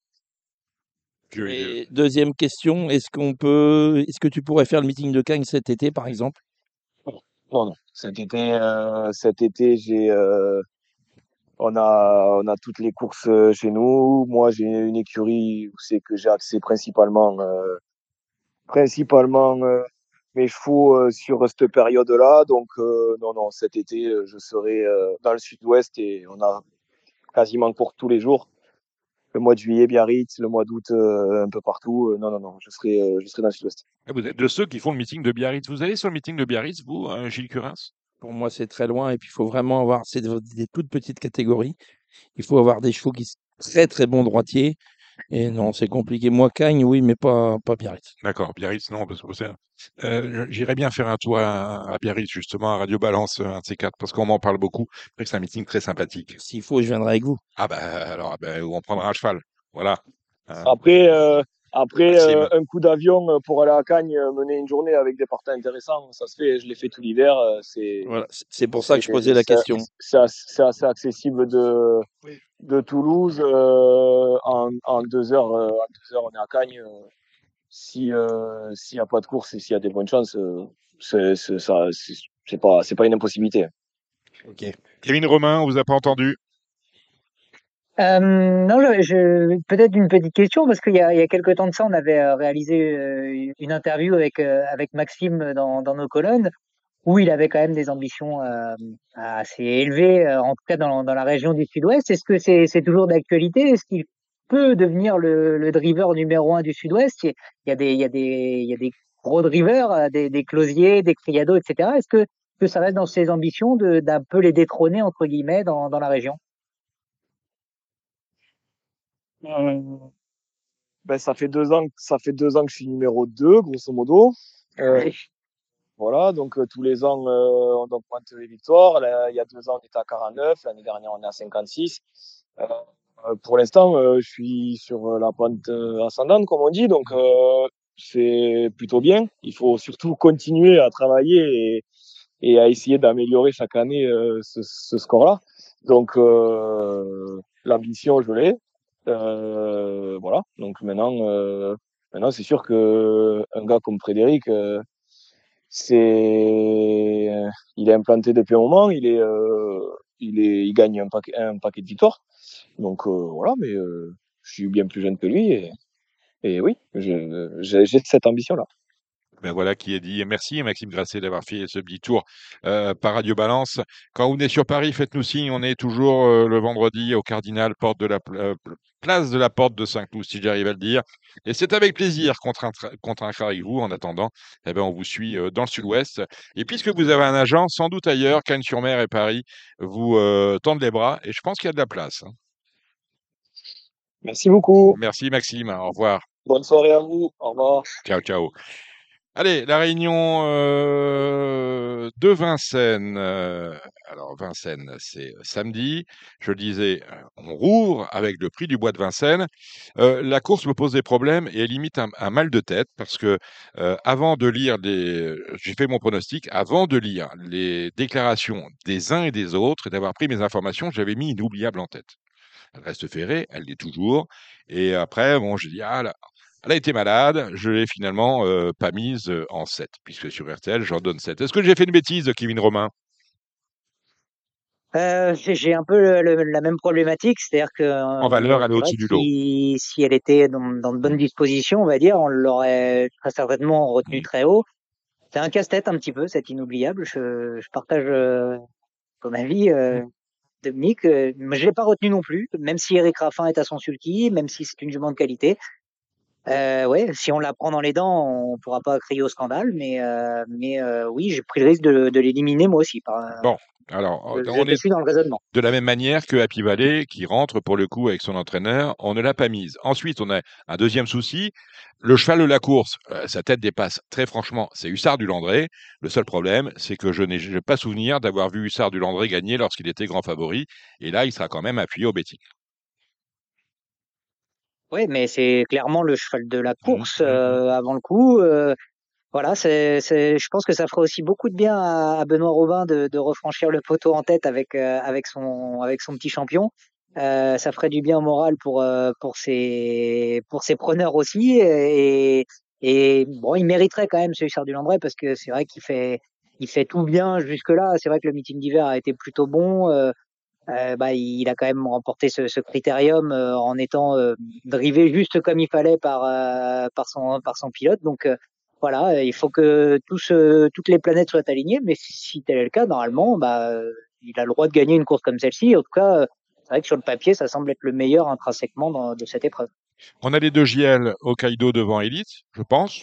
Vieux, il est- Et deuxième question, est-ce qu'on peut, est-ce que tu pourrais faire le meeting de Cagnes cet été, par exemple? Non, non. Cet été, euh, cet été, j'ai, euh, on a, on a toutes les courses euh, chez nous. Moi, j'ai une écurie où c'est que j'ai accès principalement, euh, principalement euh, mes chevaux euh, sur cette période-là. Donc, euh, non, non, cet été, euh, je serai euh, dans le sud-ouest et on a quasiment cours tous les jours. Le mois de juillet, Biarritz, le mois d'août, euh, un peu partout. Euh, non, non, non, je serai, euh, je serai dans le sud-ouest. Ah, vous êtes de ceux qui font le meeting de Biarritz. Vous allez sur le meeting de Biarritz, vous, hein, Gilles Curins? Pour moi, c'est très loin et puis il faut vraiment avoir, c'est des des toutes petites catégories. Il faut avoir des chevaux qui sont très très bons droitiers. Et non, c'est compliqué. Moi, Cagnes, oui, mais pas, pas Biarritz. D'accord, Biarritz, non, parce que c'est- euh, j'irais bien faire un tour à, à Biarritz, justement, à Radio Balance, un de ces quatre, parce qu'on m'en parle beaucoup. C'est vrai que c'est un meeting très sympathique. S'il faut, je viendrai avec vous. Ah bah alors, ben, on prendra un cheval. Voilà. Hein, Après, euh, après Maxime. euh, un coup d'avion euh, pour aller à Cagnes, euh, mener une journée avec des partants intéressants, ça se fait. Je l'ai fait tout l'hiver. euh, C'est, Voilà, c'est c'est pour ça c'est, que je posais la c'est, question. c'est assez, c'est assez accessible de, de Toulouse. Euh, en, en deux heures, euh, en deux heures, on est à Cagnes. Euh, si euh, s'il n'y a pas de course et s'il y a des bonnes chances, euh, c'est, c'est, ça, c'est, c'est pas, c'est pas une impossibilité. Ok. Kevin Romain, on vous a pas entendu. Euh, non, je, je- peut-être une petite question parce qu'il y a, il y a quelque temps de ça, on avait euh, réalisé euh, une interview avec euh, avec Maxime dans, dans nos colonnes où il avait quand même des ambitions euh, assez élevées, euh, en tout cas dans, dans la région du Sud-Ouest. Est-ce que c'est c'est toujours d'actualité? Est-ce qu'il peut devenir le, le driver numéro un du Sud-Ouest? Il y a des il y a des il y a des gros drivers, euh, des, des Closier, des Criado, et cetera. Est-ce que que ça reste dans ses ambitions de d'un peu les détrôner entre guillemets dans dans la région? Euh, Ben, ça fait deux ans, ça fait deux ans que je suis numéro deux, grosso modo. Euh, voilà, donc euh, tous les ans, euh, on augmente les victoires. Là, il y a deux ans, on était à quarante-neuf. L'année dernière, on est à cinquante-six. Euh, euh, pour l'instant, euh, je suis sur la pente euh, ascendante, comme on dit. Donc, euh, c'est plutôt bien. Il faut surtout continuer à travailler et, et à essayer d'améliorer chaque année euh, ce, ce score-là. Donc euh, l'ambition, je l'ai. Euh, voilà. Donc maintenant, euh, maintenant c'est sûr que un gars comme Frédéric, euh, c'est, il est implanté depuis un moment, il est, euh, il est, il gagne un paquet, un paquet de victoires. Donc euh, voilà, mais euh, je suis bien plus jeune que lui et, et oui, je, j'ai, j'ai cette ambition-là. Ben voilà qui est dit. Et merci Maxime Grasset d'avoir fait ce petit tour euh, par Radio Balance. Quand vous venez sur Paris, faites-nous signe. On est toujours euh, le vendredi au Cardinal, porte de la euh, place de la Porte de Saint-Cloud, si j'arrive à le dire. Et c'est avec plaisir qu'on tra- qu'on traquera avec vous. En attendant, eh ben, on vous suit euh, dans le Sud-Ouest. Et puisque vous avez un agent, sans doute ailleurs, Cannes-sur-Mer et Paris, vous euh, tendent les bras. Et je pense qu'il y a de la place. Hein. Merci beaucoup. Merci Maxime. Au revoir. Bonne soirée à vous. Au revoir. Ciao, ciao. Allez, la réunion euh, de Vincennes. euh, alors, Vincennes, c'est samedi. Je le disais, euh, on rouvre avec le prix du bois de Vincennes. Euh, la course me pose des problèmes et elle limite un, un mal de tête parce que euh, avant de lire les, j'ai fait mon pronostic, avant de lire les déclarations des uns et des autres et d'avoir pris mes informations, j'avais mis Inoubliable en tête. Elle reste ferrée, elle l'est toujours. Et après, bon, j'ai dit, ah là, elle a été malade, je l'ai finalement euh, pas mise euh, en sept, puisque sur R T L, j'en donne sept. Est-ce que j'ai fait une bêtise, Kevin Romain? Euh, j'ai j'ai un peu le- le- la même problématique, c'est-à-dire que En valeur, euh, elle est c'est vrai au-dessus que du lot. si, si elle était dans, dans de bonnes dispositions, on va dire, on l'aurait très certainement retenu Mm. très haut. C'est un casse-tête un petit peu, c'est inoubliable. Je, je partage euh, ton avis, euh, Dominique. Euh, mais je l'ai pas retenu non plus, même si Eric Raffin est à son sulky, même si c'est une jument de qualité. Euh, ouais, si on la prend dans les dents, on pourra pas crier au scandale, mais euh, mais euh, oui, j'ai pris le risque de, de l'éliminer moi aussi. Par, Bon, alors, je, on je te est suis dans le raisonnement. de la même manière que Happy Valley, qui rentre pour le coup avec son entraîneur, on ne l'a pas mise. Ensuite, on a un deuxième souci, le cheval de la course. Euh, sa tête dépasse, très franchement, c'est Hussard du Landré. Le seul problème, c'est que je n'ai j'ai pas souvenir d'avoir vu Hussard du Landré gagner lorsqu'il était grand favori. Et là, il sera quand même appuyé au betting. Oui, mais c'est clairement le cheval de la Mmh, course mmh, mmh. euh, avant le coup. Euh, voilà, c'est, c'est, je pense que ça ferait aussi beaucoup de bien à, à Benoît Robin de, de refranchir le poteau en tête avec euh, avec son avec son petit champion. Euh, ça ferait du bien au moral pour euh, pour ses pour ses preneurs aussi. Et et bon, il mériterait quand même ce Hussard du Landré parce que c'est vrai qu'il fait il fait tout bien jusque là. C'est vrai que le meeting d'hiver a été plutôt bon. Euh, euh, bah, il a quand même remporté ce, ce critérium euh, en étant euh, drivé juste comme il fallait par euh, par son par son pilote. Donc euh, voilà, euh, il faut que tous, euh, toutes les planètes soient alignées. Mais si, si tel est le cas, normalement, bah, euh, il a le droit de gagner une course comme celle-ci. En tout cas, euh, c'est vrai que sur le papier, ça semble être le meilleur intrinsèquement dans, de cette épreuve. On a les deux J L Hokkaido devant Elite, je pense.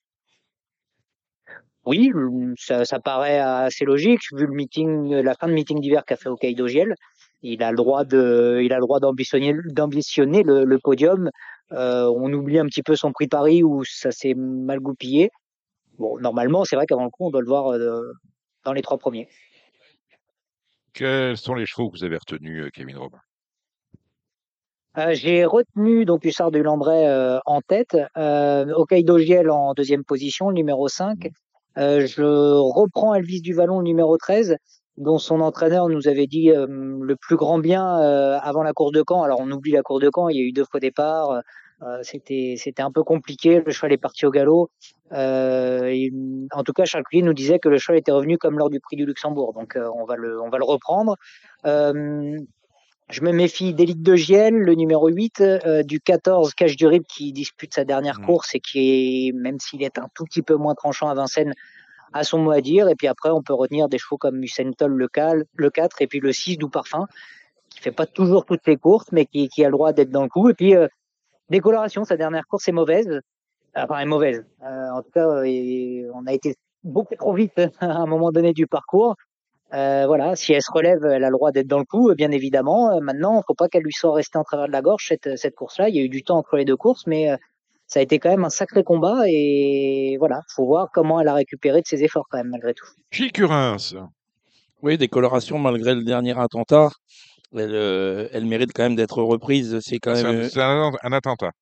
Oui, ça, ça paraît assez logique vu le meeting, la fin de meeting d'hiver qu'a fait Hokkaido Giel. Il a le droit de, il a le droit d'ambitionner, d'ambitionner le, le podium. Euh, on oublie un petit peu son prix Paris où ça s'est mal goupillé. Bon, normalement, c'est vrai qu'avant le coup, on doit le voir euh, dans les trois premiers. Quels sont les chevaux que vous avez retenus, Kevin Robin? Euh, j'ai retenu donc Hussard du Landré euh, en tête, euh, Hokkaido Giel en deuxième position, le numéro cinq. Euh, je reprends Elvis du Vallon, le numéro treize, dont son entraîneur nous avait dit euh, le plus grand bien euh, avant la course de Caen. Alors on oublie la course de Caen, il y a eu deux faux départs, euh, c'était c'était un peu compliqué, le cheval est parti au galop. Euh, et, en tout cas, Charles Culier nous disait que le cheval était revenu comme lors du Prix du Luxembourg, donc euh, on va le on va le reprendre. Euh, je me méfie d'Élite de Giel, le numéro huit, euh, du quatorze, Cache du Rip, qui dispute sa dernière Mmh. course et qui est, même s'il est un tout petit peu moins tranchant à Vincennes, a son mot à dire. Et puis après, on peut retenir des chevaux comme Usain Toll, le, cal, le quatre, et puis le six, Doux Parfum, qui fait pas toujours toutes les courses, mais qui, qui a le droit d'être dans le coup. Et puis, euh, Décoloration, sa dernière course est mauvaise. Enfin, est mauvaise. Euh, en tout cas, euh, on a été beaucoup trop vite à un moment donné du parcours. Euh, voilà, si elle se relève, elle a le droit d'être dans le coup, bien évidemment. Euh, maintenant, faut pas qu'elle lui soit restée en travers de la gorge cette, cette course-là. Il y a eu du temps entre les deux courses, mais euh, ça a été quand même un sacré combat et voilà, faut voir comment elle a récupéré de ses efforts quand même malgré tout. Gilles Curins. Oui, décoloration malgré le dernier attentat. Elle, euh, elle mérite quand même d'être reprise. C'est quand Ah, c'est même un, euh, c'est un- un attentat.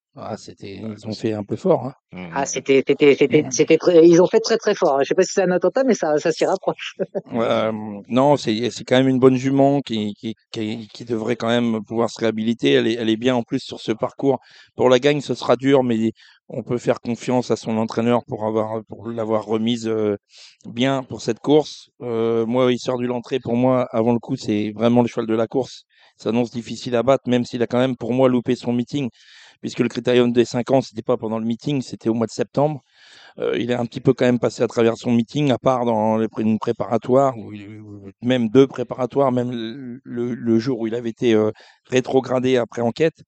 Ah, c'était, ils ont fait un peu fort, hein. Ah, c'était, c'était, c'était, c'était très, ils ont fait très très fort. Je sais pas si c'est un attentat, mais ça, ça s'y rapproche. Euh, non, c'est c'est quand même une bonne jument qui, qui, qui, qui devrait quand même pouvoir se réhabiliter. Elle est, elle est bien en plus sur ce parcours. Pour la gagne, ce sera dur, mais on peut faire confiance à son entraîneur pour avoir pour l'avoir remise euh, bien pour cette course. Euh, moi, il sort du l'entrée. Pour moi, avant le coup, c'est vraiment le cheval de la course. Ça s'annonce difficile à battre, même s'il a quand même, pour moi, loupé son meeting, puisque le critérium des cinq ans, c'était pas pendant le meeting, c'était au mois de septembre. Euh, il est un petit peu quand même passé à travers son meeting, à part dans les, une préparatoire, ou même deux préparatoires, même le, le, le jour où il avait été euh, rétrogradé après enquête.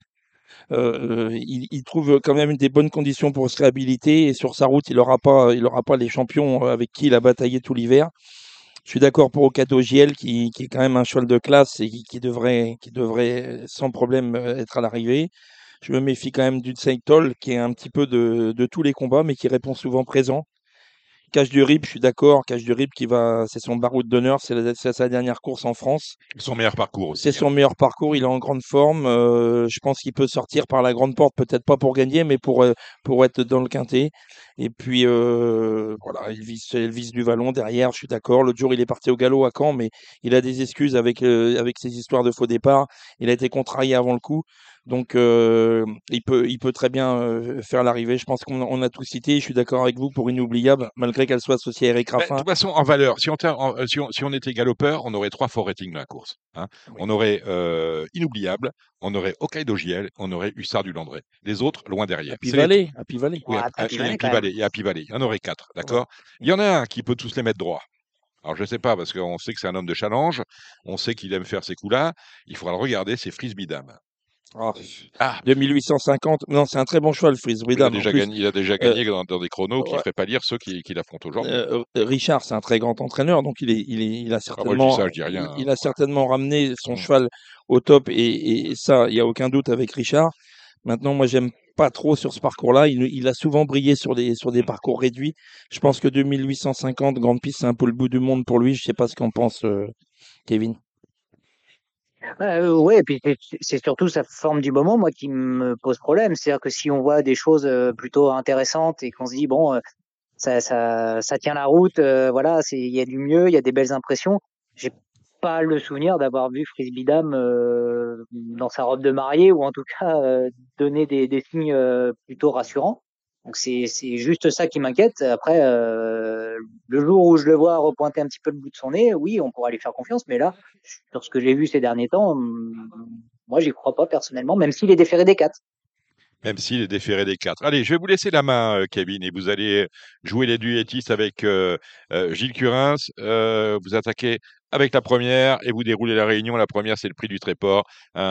Euh, il, il trouve quand même des bonnes conditions pour se réhabiliter et sur sa route, il n'aura pas, il aura pas les champions avec qui il a bataillé tout l'hiver. Je suis d'accord pour Okato J L qui, qui est quand même un cheval de classe et qui, qui devrait, qui devrait sans problème être à l'arrivée. Je me méfie quand même du Toll qui est un petit peu de, de tous les combats, mais qui répond souvent présent. Cache du Rip, je suis d'accord. Cache du Rip qui va, c'est son baroud d'honneur, c'est, la- c'est sa dernière course en France. Son meilleur parcours aussi. C'est son meilleur parcours, il est en grande forme. Euh, je pense qu'il peut sortir par la grande porte, peut-être pas pour gagner, mais pour, euh, pour être dans le quintet. Et puis euh, voilà, il vise, il vise du vallon derrière, je suis d'accord. L'autre jour, il est parti au galop à Caen, mais il a des excuses avec, euh, avec ses histoires de faux départ. Il a été contrarié avant le coup. Donc, euh, il peut, il peut très bien euh, faire l'arrivée. Je pense qu'on on a tout cité. Je suis d'accord avec vous pour inoubliable, malgré qu'elle soit associée à Eric Ben, de Raffin. toute façon, en valeur, si on, ter- en- euh, si on, si on était galopeur, on aurait trois fort ratings dans la course. Hein. Oui. On aurait euh, Inoubliable, on aurait Hokkaido J L, on aurait Hussard du Landré. Les autres, loin derrière. Happy C'est les Valley, Happy Valley. Oui, Ouais, Happy- Happy et Valley, Happy quand même. Valley, et Happy Valley. Il y en aurait quatre, Ouais. d'accord. Il y en a un qui peut tous les mettre droit. Alors, je ne sais pas, parce qu'on sait que c'est un homme de challenge, on sait qu'il aime faire ces coups-là. Il faudra le regarder, c'est Frisbee Dame. Ah, Ah, deux mille huit cent cinquante. Non, c'est un très bon cheval, Freeze il a Bridam. En déjà plus, gagné, il a déjà euh, gagné dans, dans des chronos qui ne ouais, feraient pas lire ceux qui, qui l'affrontent aujourd'hui. euh, Richard, c'est un très grand entraîneur, donc il, est, il, est, il a Ah, moi, je dis certainement, ça, je dis il, rien. Hein. il a certainement ramené son Mm. cheval au top, et, et ça, il n'y a aucun doute avec Richard. Maintenant, moi, j'aime pas trop sur ce parcours-là. Il, il a souvent brillé sur des, sur des Mm. parcours réduits. Je pense que deux mille huit cent cinquante, Grande Piste, c'est un peu le bout du monde pour lui. Je sais pas ce qu'en pense euh, Kevin. Euh, ouais, et puis c'est c'est surtout sa forme du moment, moi, qui me pose problème. C'est-à-dire que si on voit des choses euh, plutôt intéressantes et qu'on se dit, bon, euh, ça, ça, ça tient la route, euh, voilà, c'est, il y a du mieux, il y a des belles impressions. J'ai pas le souvenir d'avoir vu Frisbee Dame euh, dans sa robe de mariée ou en tout cas euh, donner des, des signes euh, plutôt rassurants. Donc c'est c'est juste ça qui m'inquiète. Après, euh, le jour où je le vois repointer un petit peu le bout de son nez, oui, on pourra lui faire confiance. Mais là, sur ce que j'ai vu ces derniers temps, hum, moi, j'y crois pas personnellement, même s'il est déféré des quatre. Même s'il est déféré des quatre. Allez, je vais vous laisser la main, euh, Kevin, et vous allez jouer les duettistes avec euh, euh, Gilles Curins. Euh, vous attaquez avec la première et vous déroulez la réunion. La première, c'est le prix du Tréport.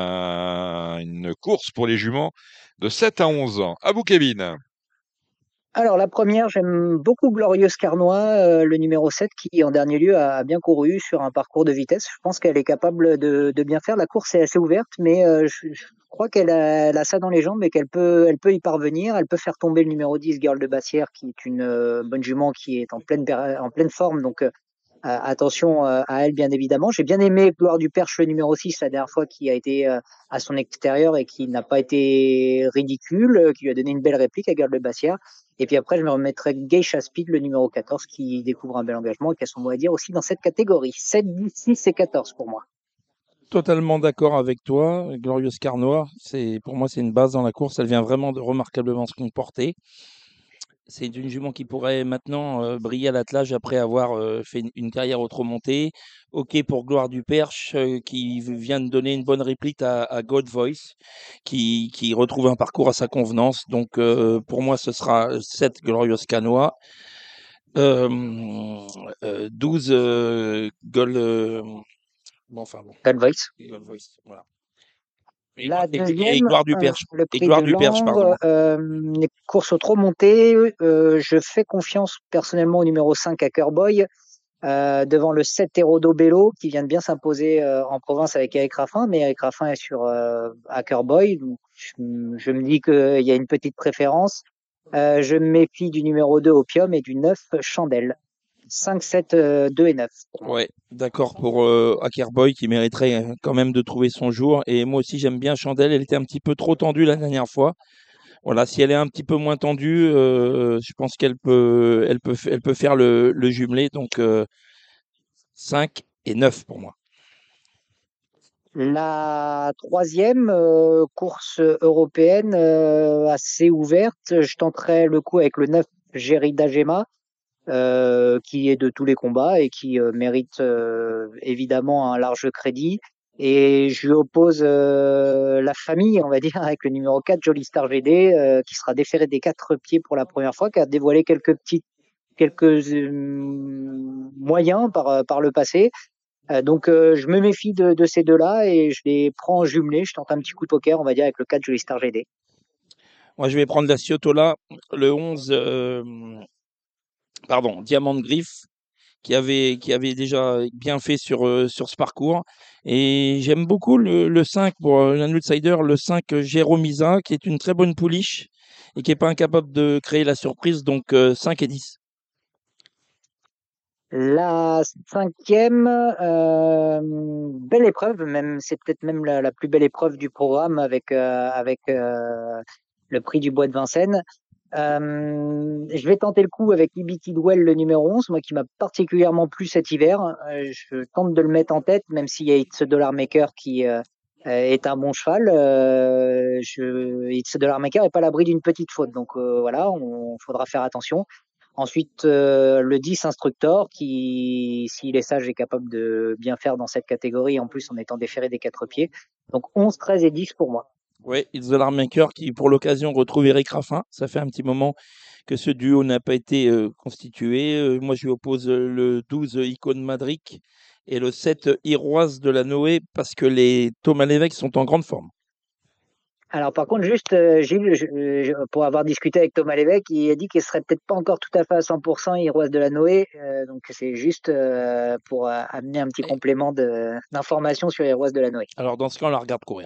Un- une course pour les juments de sept à onze ans. À vous, Kevin. Alors la première, j'aime beaucoup Glorieuse Carnois, euh, le numéro sept, qui en dernier lieu a bien couru sur un parcours de vitesse. Je pense qu'elle est capable de, de bien faire. La course est assez ouverte, mais euh, je, je crois qu'elle a, elle a ça dans les jambes et qu'elle peut, elle peut y parvenir. Elle peut faire tomber le numéro dix, Girl de Bassière, qui est une euh, bonne jument qui est en pleine, péri- en pleine forme. Donc euh, euh, attention euh, à elle, bien évidemment. J'ai bien aimé Gloire du Perche, le numéro six, la dernière fois, qui a été euh, à son extérieur et qui n'a pas été ridicule, euh, qui lui a donné une belle réplique à Garde de Bassière. Et puis après, je me remettrai Geisha Speed, le numéro quatorze, qui découvre un bel engagement et qui a son mot à dire aussi dans cette catégorie. sept, dix, six et quatorze pour moi. Totalement d'accord avec toi, Glorieuse Carnois. C'est, pour moi, c'est une base dans la course. Elle vient vraiment de remarquablement se comporter. C'est une jument qui pourrait maintenant euh, briller à l'attelage après avoir euh, fait une, une carrière autre-montée. OK pour Gloire du Perche, euh, qui vient de donner une bonne réplique à, à God Voice, qui, qui retrouve un parcours à sa convenance. Donc, euh, pour moi, ce sera sept Glorieuse Carnois. Euh, euh, douze euh, Gold. euh, bon, enfin bon. God Voice. God Voice, voilà. Et, La et- et deuxième, Gloire du euh, Perche. le Et prix Gloire de du Perche, pardon. Langres, euh, les courses au trop montées. Euh, je fais confiance personnellement au numéro cinq à Cœurboy. Euh, devant le sept Hérodo Bello qui vient de bien s'imposer euh, en province avec Eric Raffin, mais Eric Raffin est sur euh, Hackerboy, donc je, je me dis qu'il y a une petite préférence. Euh, je me méfie du numéro deux Opium et du neuf Chandelle. cinq, sept, euh, deux et neuf. Ouais, d'accord pour euh, Hackerboy qui mériterait euh, quand même de trouver son jour. Et moi aussi, j'aime bien Chandelle. Elle était un petit peu trop tendue la dernière fois. Voilà, si elle est un petit peu moins tendue, euh, je pense qu'elle peut, elle peut, elle peut faire le, le jumelé. Donc euh, cinq et neuf pour moi. La troisième euh, course européenne euh, assez ouverte, je tenterai le coup avec le neuf Gérida Gema, euh, qui est de tous les combats et qui euh, mérite euh, évidemment un large crédit. Et je lui oppose euh, la famille, on va dire, avec le numéro quatre, Jolly Star G D, euh, qui sera déféré des quatre pieds pour la première fois, qui a dévoilé quelques petits quelques euh, moyens par, par le passé. Euh, donc euh, je me méfie de, de ces deux-là et je les prends en jumelé. Je tente un petit coup de poker, on va dire, avec le quatre Jolly Star G D. Moi, je vais prendre la Ciotola, le onze, euh, pardon, Diamant de Griffe, qui avait, qui avait déjà bien fait sur, euh, sur ce parcours. Et j'aime beaucoup le, le cinq pour euh, un outsider, le cinq euh, Jérôme qui est une très bonne pouliche et qui n'est pas incapable de créer la surprise. Donc euh, cinq et dix. La cinquième, euh, belle épreuve, même c'est peut-être même la, la plus belle épreuve du programme avec euh, avec euh, le prix du Bois de Vincennes. Euh, je vais tenter le coup avec Ibi Tidwell, le numéro onze, moi qui m'a particulièrement plu cet hiver. Euh, je tente de le mettre en tête, même s'il y a It's a Dollar Maker qui euh, est un bon cheval. Euh, je, It's a Dollar Maker n'est pas à l'abri d'une petite faute, donc euh, voilà, on faudra faire attention. Ensuite, euh, le dix Instructor, qui, s'il est sage, est capable de bien faire dans cette catégorie, en plus en étant déféré des quatre pieds. Donc onze, treize et dix pour moi. Oui, It's the Maker qui, pour l'occasion, retrouve Eric Raffin. Ça fait un petit moment que ce duo n'a pas été euh, constitué. Euh, moi, je lui oppose euh, le douze Icône Madric et le sept Iroise de la Noé parce que les Thomas Lévesque sont en grande forme. Alors par contre, juste euh, Gilles, je, je, pour avoir discuté avec Thomas Lévesque, il a dit qu'il serait peut-être pas encore tout à fait à cent pour cent Iroise de la Noé, euh, donc c'est juste euh, pour euh, amener un petit Et complément de, d'information sur Iroise de la Noé. alors, dans ce cas, on la regarde courir.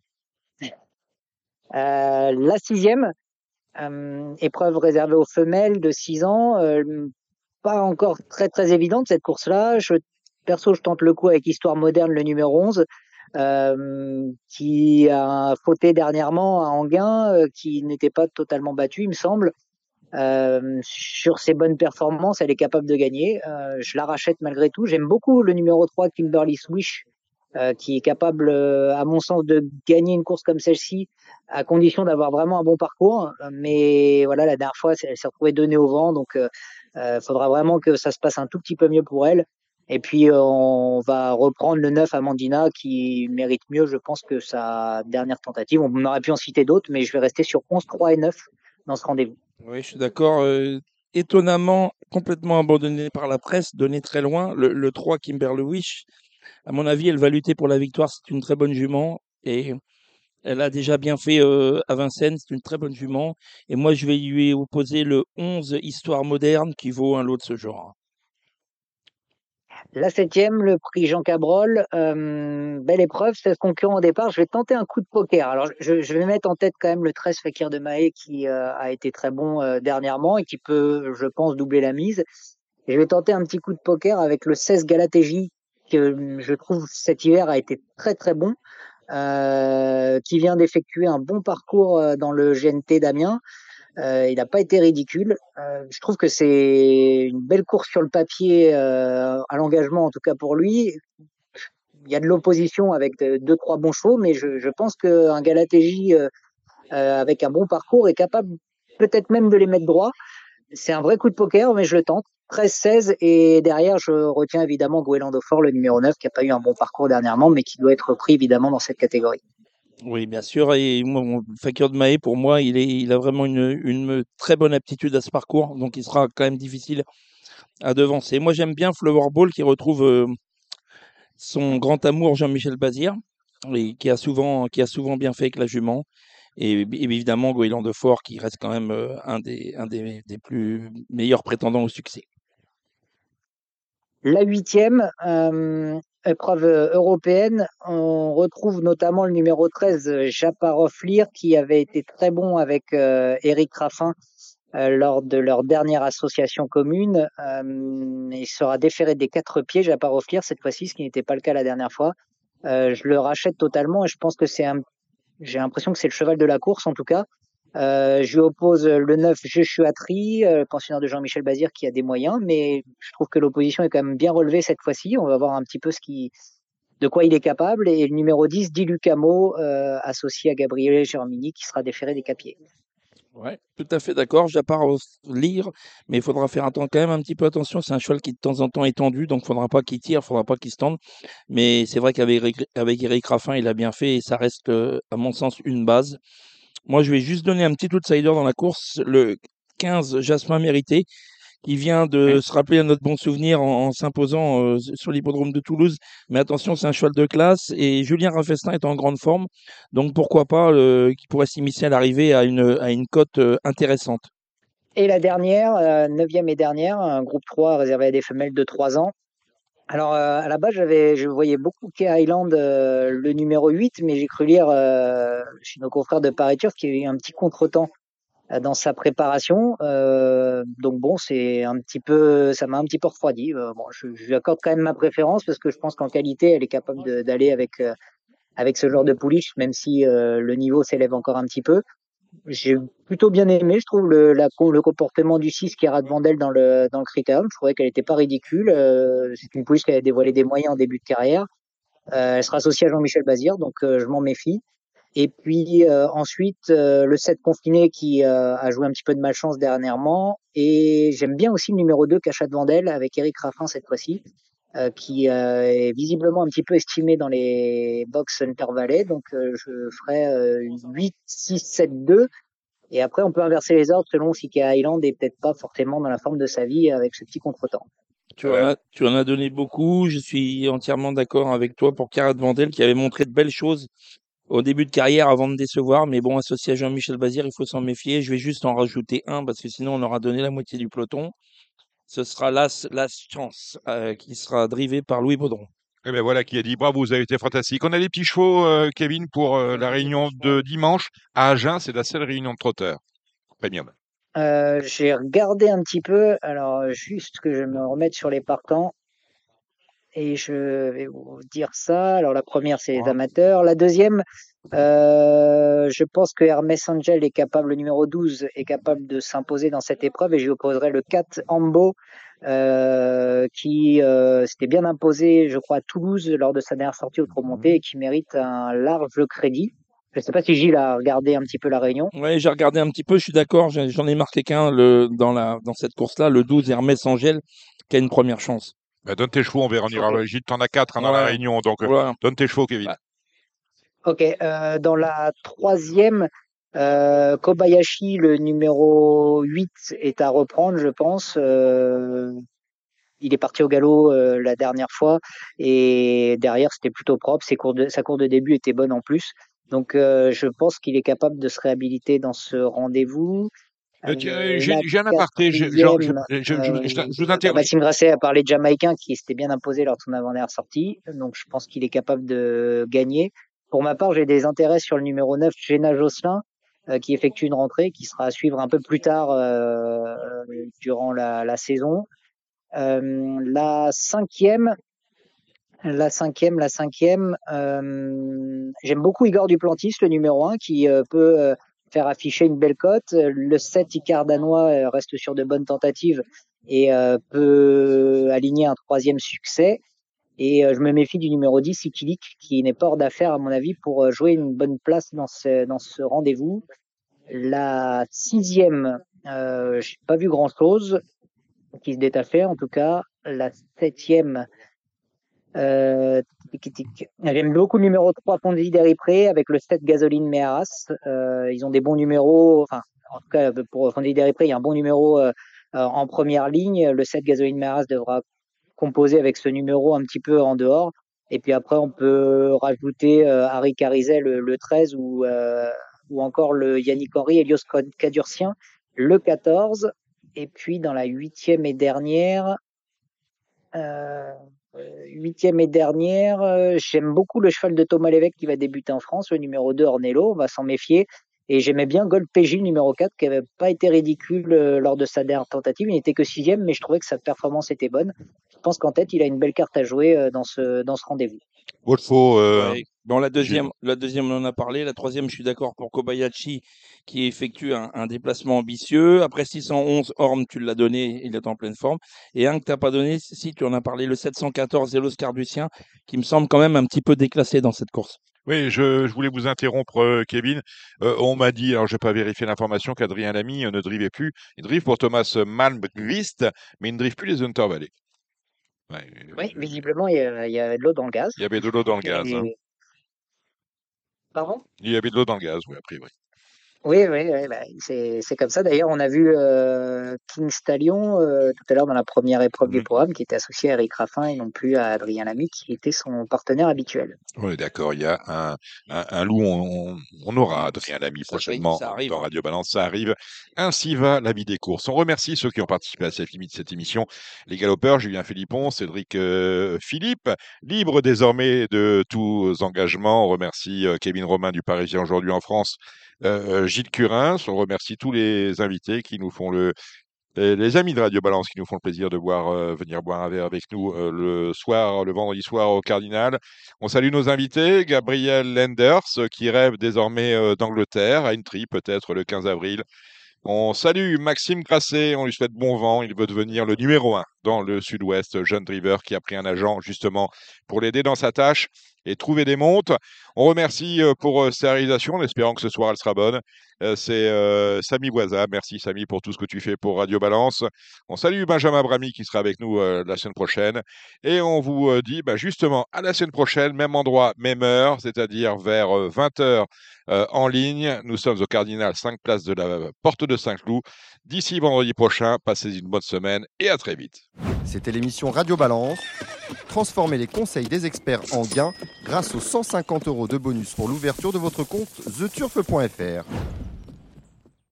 Euh, la sixième, euh, épreuve réservée aux femelles de six ans, euh, pas encore très très évidente cette course-là. Je, perso, je tente le coup avec Histoire moderne, le numéro onze. Euh, qui a fauté dernièrement à Anguin, euh, qui n'était pas totalement battu, il me semble. Euh, sur ses bonnes performances, elle est capable de gagner. Euh, je la rachète malgré tout. J'aime beaucoup le numéro trois, Kimberly Swish, euh, qui est capable, euh, à mon sens, de gagner une course comme celle-ci, à condition d'avoir vraiment un bon parcours. Mais voilà, la dernière fois, elle s'est retrouvée donnée au vent, donc il euh, faudra vraiment que ça se passe un tout petit peu mieux pour elle. Et puis, euh, on va reprendre le neuf Amandina, qui mérite mieux, je pense, que sa dernière tentative. On aurait pu en citer d'autres, mais je vais rester sur onze, trois et neuf dans ce rendez-vous. Oui, je suis d'accord. Euh, étonnamment, complètement abandonné par la presse, donné très loin. Le, le trois Kimberly Wish, à mon avis, elle va lutter pour la victoire. C'est une très bonne jument. Et elle a déjà bien fait euh, à Vincennes. C'est une très bonne jument. Et moi, je vais lui opposer le onze Histoire moderne qui vaut un lot de ce genre. La septième, le prix Jean Cabrol, euh, belle épreuve, seize concurrents au départ. Je vais tenter un coup de poker. Alors, je, je vais mettre en tête quand même le treize Fakir de Mahé qui euh, a été très bon euh, dernièrement et qui peut, je pense, doubler la mise. Et je vais tenter un petit coup de poker avec le seize Galatégie, que je trouve cet hiver a été très très bon, euh, qui vient d'effectuer un bon parcours euh, dans le G N T d'Amiens. Euh, il n'a pas été ridicule. Euh, je trouve que c'est une belle course sur le papier, euh, à l'engagement en tout cas pour lui. Il y a de l'opposition avec de- deux trois bons chevaux, mais je, je pense qu'un Galatégie euh, euh, avec un bon parcours est capable peut-être même de les mettre droit. C'est un vrai coup de poker, mais je le tente. treize seize et derrière je retiens évidemment Guélando Fort, le numéro neuf, qui n'a pas eu un bon parcours dernièrement, mais qui doit être pris évidemment dans cette catégorie. Oui, bien sûr. Et moi, mon Fakir de Mahé, pour moi, il, est, il a vraiment une, une très bonne aptitude à ce parcours. Donc, il sera quand même difficile à devancer. Moi, j'aime bien Flower Ball qui retrouve euh, son grand amour Jean-Michel Bazir et qui a souvent, qui a souvent bien fait avec la jument. Et, et évidemment, Goéland de Fort qui reste quand même euh, un, des, un des, des plus meilleurs prétendants au succès. La huitième, euh, épreuve européenne, on retrouve notamment le numéro treize, Japarov Lear, qui avait été très bon avec euh, Eric Raffin euh, lors de leur dernière association commune. Euh, il sera déféré des quatre pieds, Japarov Lear, cette fois-ci, ce qui n'était pas le cas la dernière fois. Euh, je le rachète totalement et je pense que c'est un, j'ai l'impression que c'est le cheval de la course en tout cas. Euh, je lui oppose le neuf Joshua Tree, euh, pensionnaire de Jean-Michel Bazir qui a des moyens, mais je trouve que l'opposition est quand même bien relevée cette fois-ci. On va voir un petit peu ce qui, de quoi il est capable. Et le numéro dix, Di Lucamo, euh, associé à Gabriele Germini, qui sera déféré des Capiers. Ouais, tout à fait d'accord. Je la pars au lire, mais il faudra faire atten- quand même un petit peu attention. C'est un cheval qui de temps en temps est tendu, donc il faudra pas qu'il tire, il faudra pas qu'il se tende. Mais c'est vrai qu'avec Eric, avec Eric Raffin, il a bien fait et ça reste, euh, à mon sens, une base. Moi, je vais juste donner un petit outsider dans la course, le quinze Jasmin Mérité, qui vient de se rappeler à notre bon souvenir en, en s'imposant euh, sur l'hippodrome de Toulouse. Mais attention, c'est un cheval de classe et Julien Raffestin est en grande forme. Donc pourquoi pas, euh, qui pourrait s'immiscer à l'arrivée à une, à une cote euh, intéressante. Et la dernière, euh, neuvième et dernière, un groupe trois réservé à des femelles de trois ans. Alors, euh, à la base, j'avais, je voyais beaucoup Key Island, euh, le numéro huit, mais j'ai cru lire euh, chez nos confrères de Paris Turf qu'il y a eu un petit contretemps euh, dans sa préparation. Euh, donc bon, c'est un petit peu, ça m'a un petit peu refroidi. Euh, bon, je, je lui accorde quand même ma préférence parce que je pense qu'en qualité, elle est capable de- d'aller avec euh, avec ce genre de pouliche, même si euh, le niveau s'élève encore un petit peu. J'ai plutôt bien aimé, je trouve, le, la, le comportement du six qui est Rad Vandel dans le, dans le critérium. Je trouvais qu'elle n'était pas ridicule. Euh, c'est une pouliche qui avait dévoilé des moyens en début de carrière. Euh, elle sera associée à Jean-Michel Bazir, donc euh, je m'en méfie. Et puis euh, ensuite, euh, le sept confiné qui euh, a joué un petit peu de malchance dernièrement. Et j'aime bien aussi le numéro deux, Cachat de Vandel, avec Eric Raffin cette fois-ci, euh, qui euh, est visiblement un petit peu estimé dans les box intervallés. Donc euh, je ferai euh, huit, six, sept, deux. Et après, on peut inverser les ordres selon si Kay Highland est peut-être pas forcément dans la forme de sa vie avec ce petit contretemps. Tu en as, tu en as donné beaucoup. Je suis entièrement d'accord avec toi pour Carat Vandel qui avait montré de belles choses au début de carrière avant de décevoir. Mais bon, associé à Jean-Michel Bazir, il faut s'en méfier. Je vais juste en rajouter un parce que sinon on aura donné la moitié du peloton. Ce sera Las, Las Chance euh, qui sera drivé par Louis Baudron. Et ben voilà qui a dit bravo, vous avez été fantastique. On a des petits chevaux, euh, Kevin, pour euh, la réunion de dimanche à Agen. C'est la seule réunion de trotteurs premium. Euh, j'ai regardé un petit peu, alors juste que je me remette sur les partants et je vais vous dire ça. Alors la première, c'est les amateurs. La deuxième, euh, je pense que Hermès Angel est capable, le numéro douze, est capable de s'imposer dans cette épreuve et je lui opposerai le quatre Ambo, euh, qui euh, s'était bien imposé, je crois, à Toulouse lors de sa dernière sortie au Trot Monté et qui mérite un large crédit. Je ne sais pas si Gilles a regardé un petit peu la réunion. Oui, j'ai regardé un petit peu, je suis d'accord, j'ai- j'en ai marqué qu'un le, dans, la, dans cette course-là, le douze Hermès Angel, qui a une première chance. Bah, donne tes chevaux, on verra, on ira. Ok. Gilles, t'en as quatre hein, dans la Ouais, réunion, donc euh, voilà. donne tes chevaux, Kevin. Bah, Ok, euh, dans la troisième, euh, Kobayashi, le numéro huit, est à reprendre, je pense. Euh, il est parti au galop euh, la dernière fois et derrière, c'était plutôt propre. Ses cours de, sa course de début était bonne en plus. Donc, euh, je pense qu'il est capable de se réhabiliter dans ce rendez-vous. Euh, tiens, euh, Euh, J'ai la j'ai un aparté, je, je, je, quatrième, je, je, euh, je- je vous bah, interromps. Maxime Grasset a parlé de Jamaïcain qui s'était bien imposé lors de son avant-dernière sortie. Donc, je pense qu'il est capable de gagner. Pour ma part, j'ai des intérêts sur le numéro neuf, Jenna Josselin, euh, qui effectue une rentrée qui sera à suivre un peu plus tard euh, durant la, la saison. Euh, la cinquième, la cinquième, la cinquième, euh, j'aime beaucoup Igor Duplantis, le numéro un, qui euh, peut euh, faire afficher une belle cote. Le sept, Icar Danois, euh, reste sur de bonnes tentatives et euh, peut aligner un troisième succès. Et euh, je me méfie du numéro dix, Ikilik, qui n'est pas hors d'affaire, à mon avis, pour euh, jouer une bonne place dans ce, dans ce rendez-vous. La sixième, euh, j'ai pas vu grand-chose qui se détachait, en tout cas. La septième, euh, tic, tic, tic. J'aime beaucoup le numéro trois, Ponzi Deripré, avec le sept, Gasoline Mearas. Euh, ils ont des bons numéros, enfin, en tout cas, pour Ponzi Deripré, il y a un bon numéro euh, en première ligne. Le sept, Gasoline Mearas, devra composer avec ce numéro un petit peu en dehors. Et puis après, on peut rajouter euh, Harry Carizet, le, le treize, ou, euh, ou encore le Yannick Henry, Elios Cadurcien, le quatorze. Et puis dans la huitième et dernière, euh, huitième et dernière, euh, j'aime beaucoup le cheval de Thomas Lévesque qui va débuter en France, le numéro deux, Ornello, on va s'en méfier. Et j'aimais bien Gold P J, le numéro quatre, qui n'avait pas été ridicule euh, lors de sa dernière tentative. Il n'était que sixième, mais je trouvais que sa performance était bonne. Je pense qu'en tête, il a une belle carte à jouer euh, dans ce, dans ce rendez-vous. Wolfo, euh, Ouais. Bon, la deuxième, la deuxième, on en a parlé. La troisième, je suis d'accord pour Kobayashi, qui effectue un, un déplacement ambitieux. Après six cent onze, Horn, tu l'as donné, il est en pleine forme. Et un que tu n'as pas donné, si tu en as parlé, le sept cent quatorze, Zélos Carducien, qui me semble quand même un petit peu déclassé dans cette course. Oui, je, je voulais vous interrompre, euh, Kevin. Euh, on m'a dit, alors je n'ai pas vérifié l'information, qu'Adrien Lamy euh, ne drivait plus. Il drive pour Thomas Malmqvist, mais il ne drive plus les Hunter Valley. Ouais, Oui, visiblement, il y, a, il y a de l'eau dans le gaz. il y avait de l'eau dans le gaz. Et- Hein. Pardon? Il y avait de l'eau dans le gaz, oui, a priori. Oui, oui, oui, bah, c'est c'est comme ça. D'ailleurs, on a vu euh, King Stallion euh, tout à l'heure dans la première épreuve du Mhm. programme, qui était associé à Eric Raffin et non plus à Adrien Lamy, qui était son partenaire habituel. Oui, d'accord. Il y a un, un, un loup, on, on aura Adrien Lamy Ça, prochainement ça arrive, dans hein. Radio Balance. Ça arrive. Ainsi va la vie des courses. On remercie ceux qui ont participé à cette, cette émission. Les galopeurs, Julien Philippon, Cédric euh, Philippe, libre désormais de tous engagements. On remercie euh, Kevin Romain du Parisien aujourd'hui en France, euh, Gilles Curins. On remercie tous les invités qui nous font le Et les amis de Radio Balance qui nous font le plaisir de boire, euh, venir boire un verre avec nous euh, le soir, le vendredi soir au Cardinal. On salue nos invités, Gabriel Lenders, euh, qui rêve désormais euh, d'Angleterre, à une tri peut-être le quinze avril. On salue Maxime Grasset, on lui souhaite bon vent, il veut devenir le numéro un dans le sud-ouest, jeune driver qui a pris un agent justement pour l'aider dans sa tâche et trouver des montes. On remercie euh, pour euh, sa réalisation, en espérant que ce soir elle sera bonne. Euh, c'est euh, Samy Boisa. Merci Samy pour tout ce que tu fais pour Radio Balance. On salue Benjamin Bramy qui sera avec nous euh, la semaine prochaine. Et on vous euh, dit bah, justement à la semaine prochaine, même endroit, même heure, c'est-à-dire vers euh, vingt heures euh, en ligne. Nous sommes au Cardinal, cinq places de la Porte de Saint-Cloud. D'ici vendredi prochain, passez une bonne semaine et à très vite. C'était l'émission Radio Balance. Transformez les conseils des experts en gains grâce aux cent cinquante euros de bonus pour l'ouverture de votre compte the turf point f r.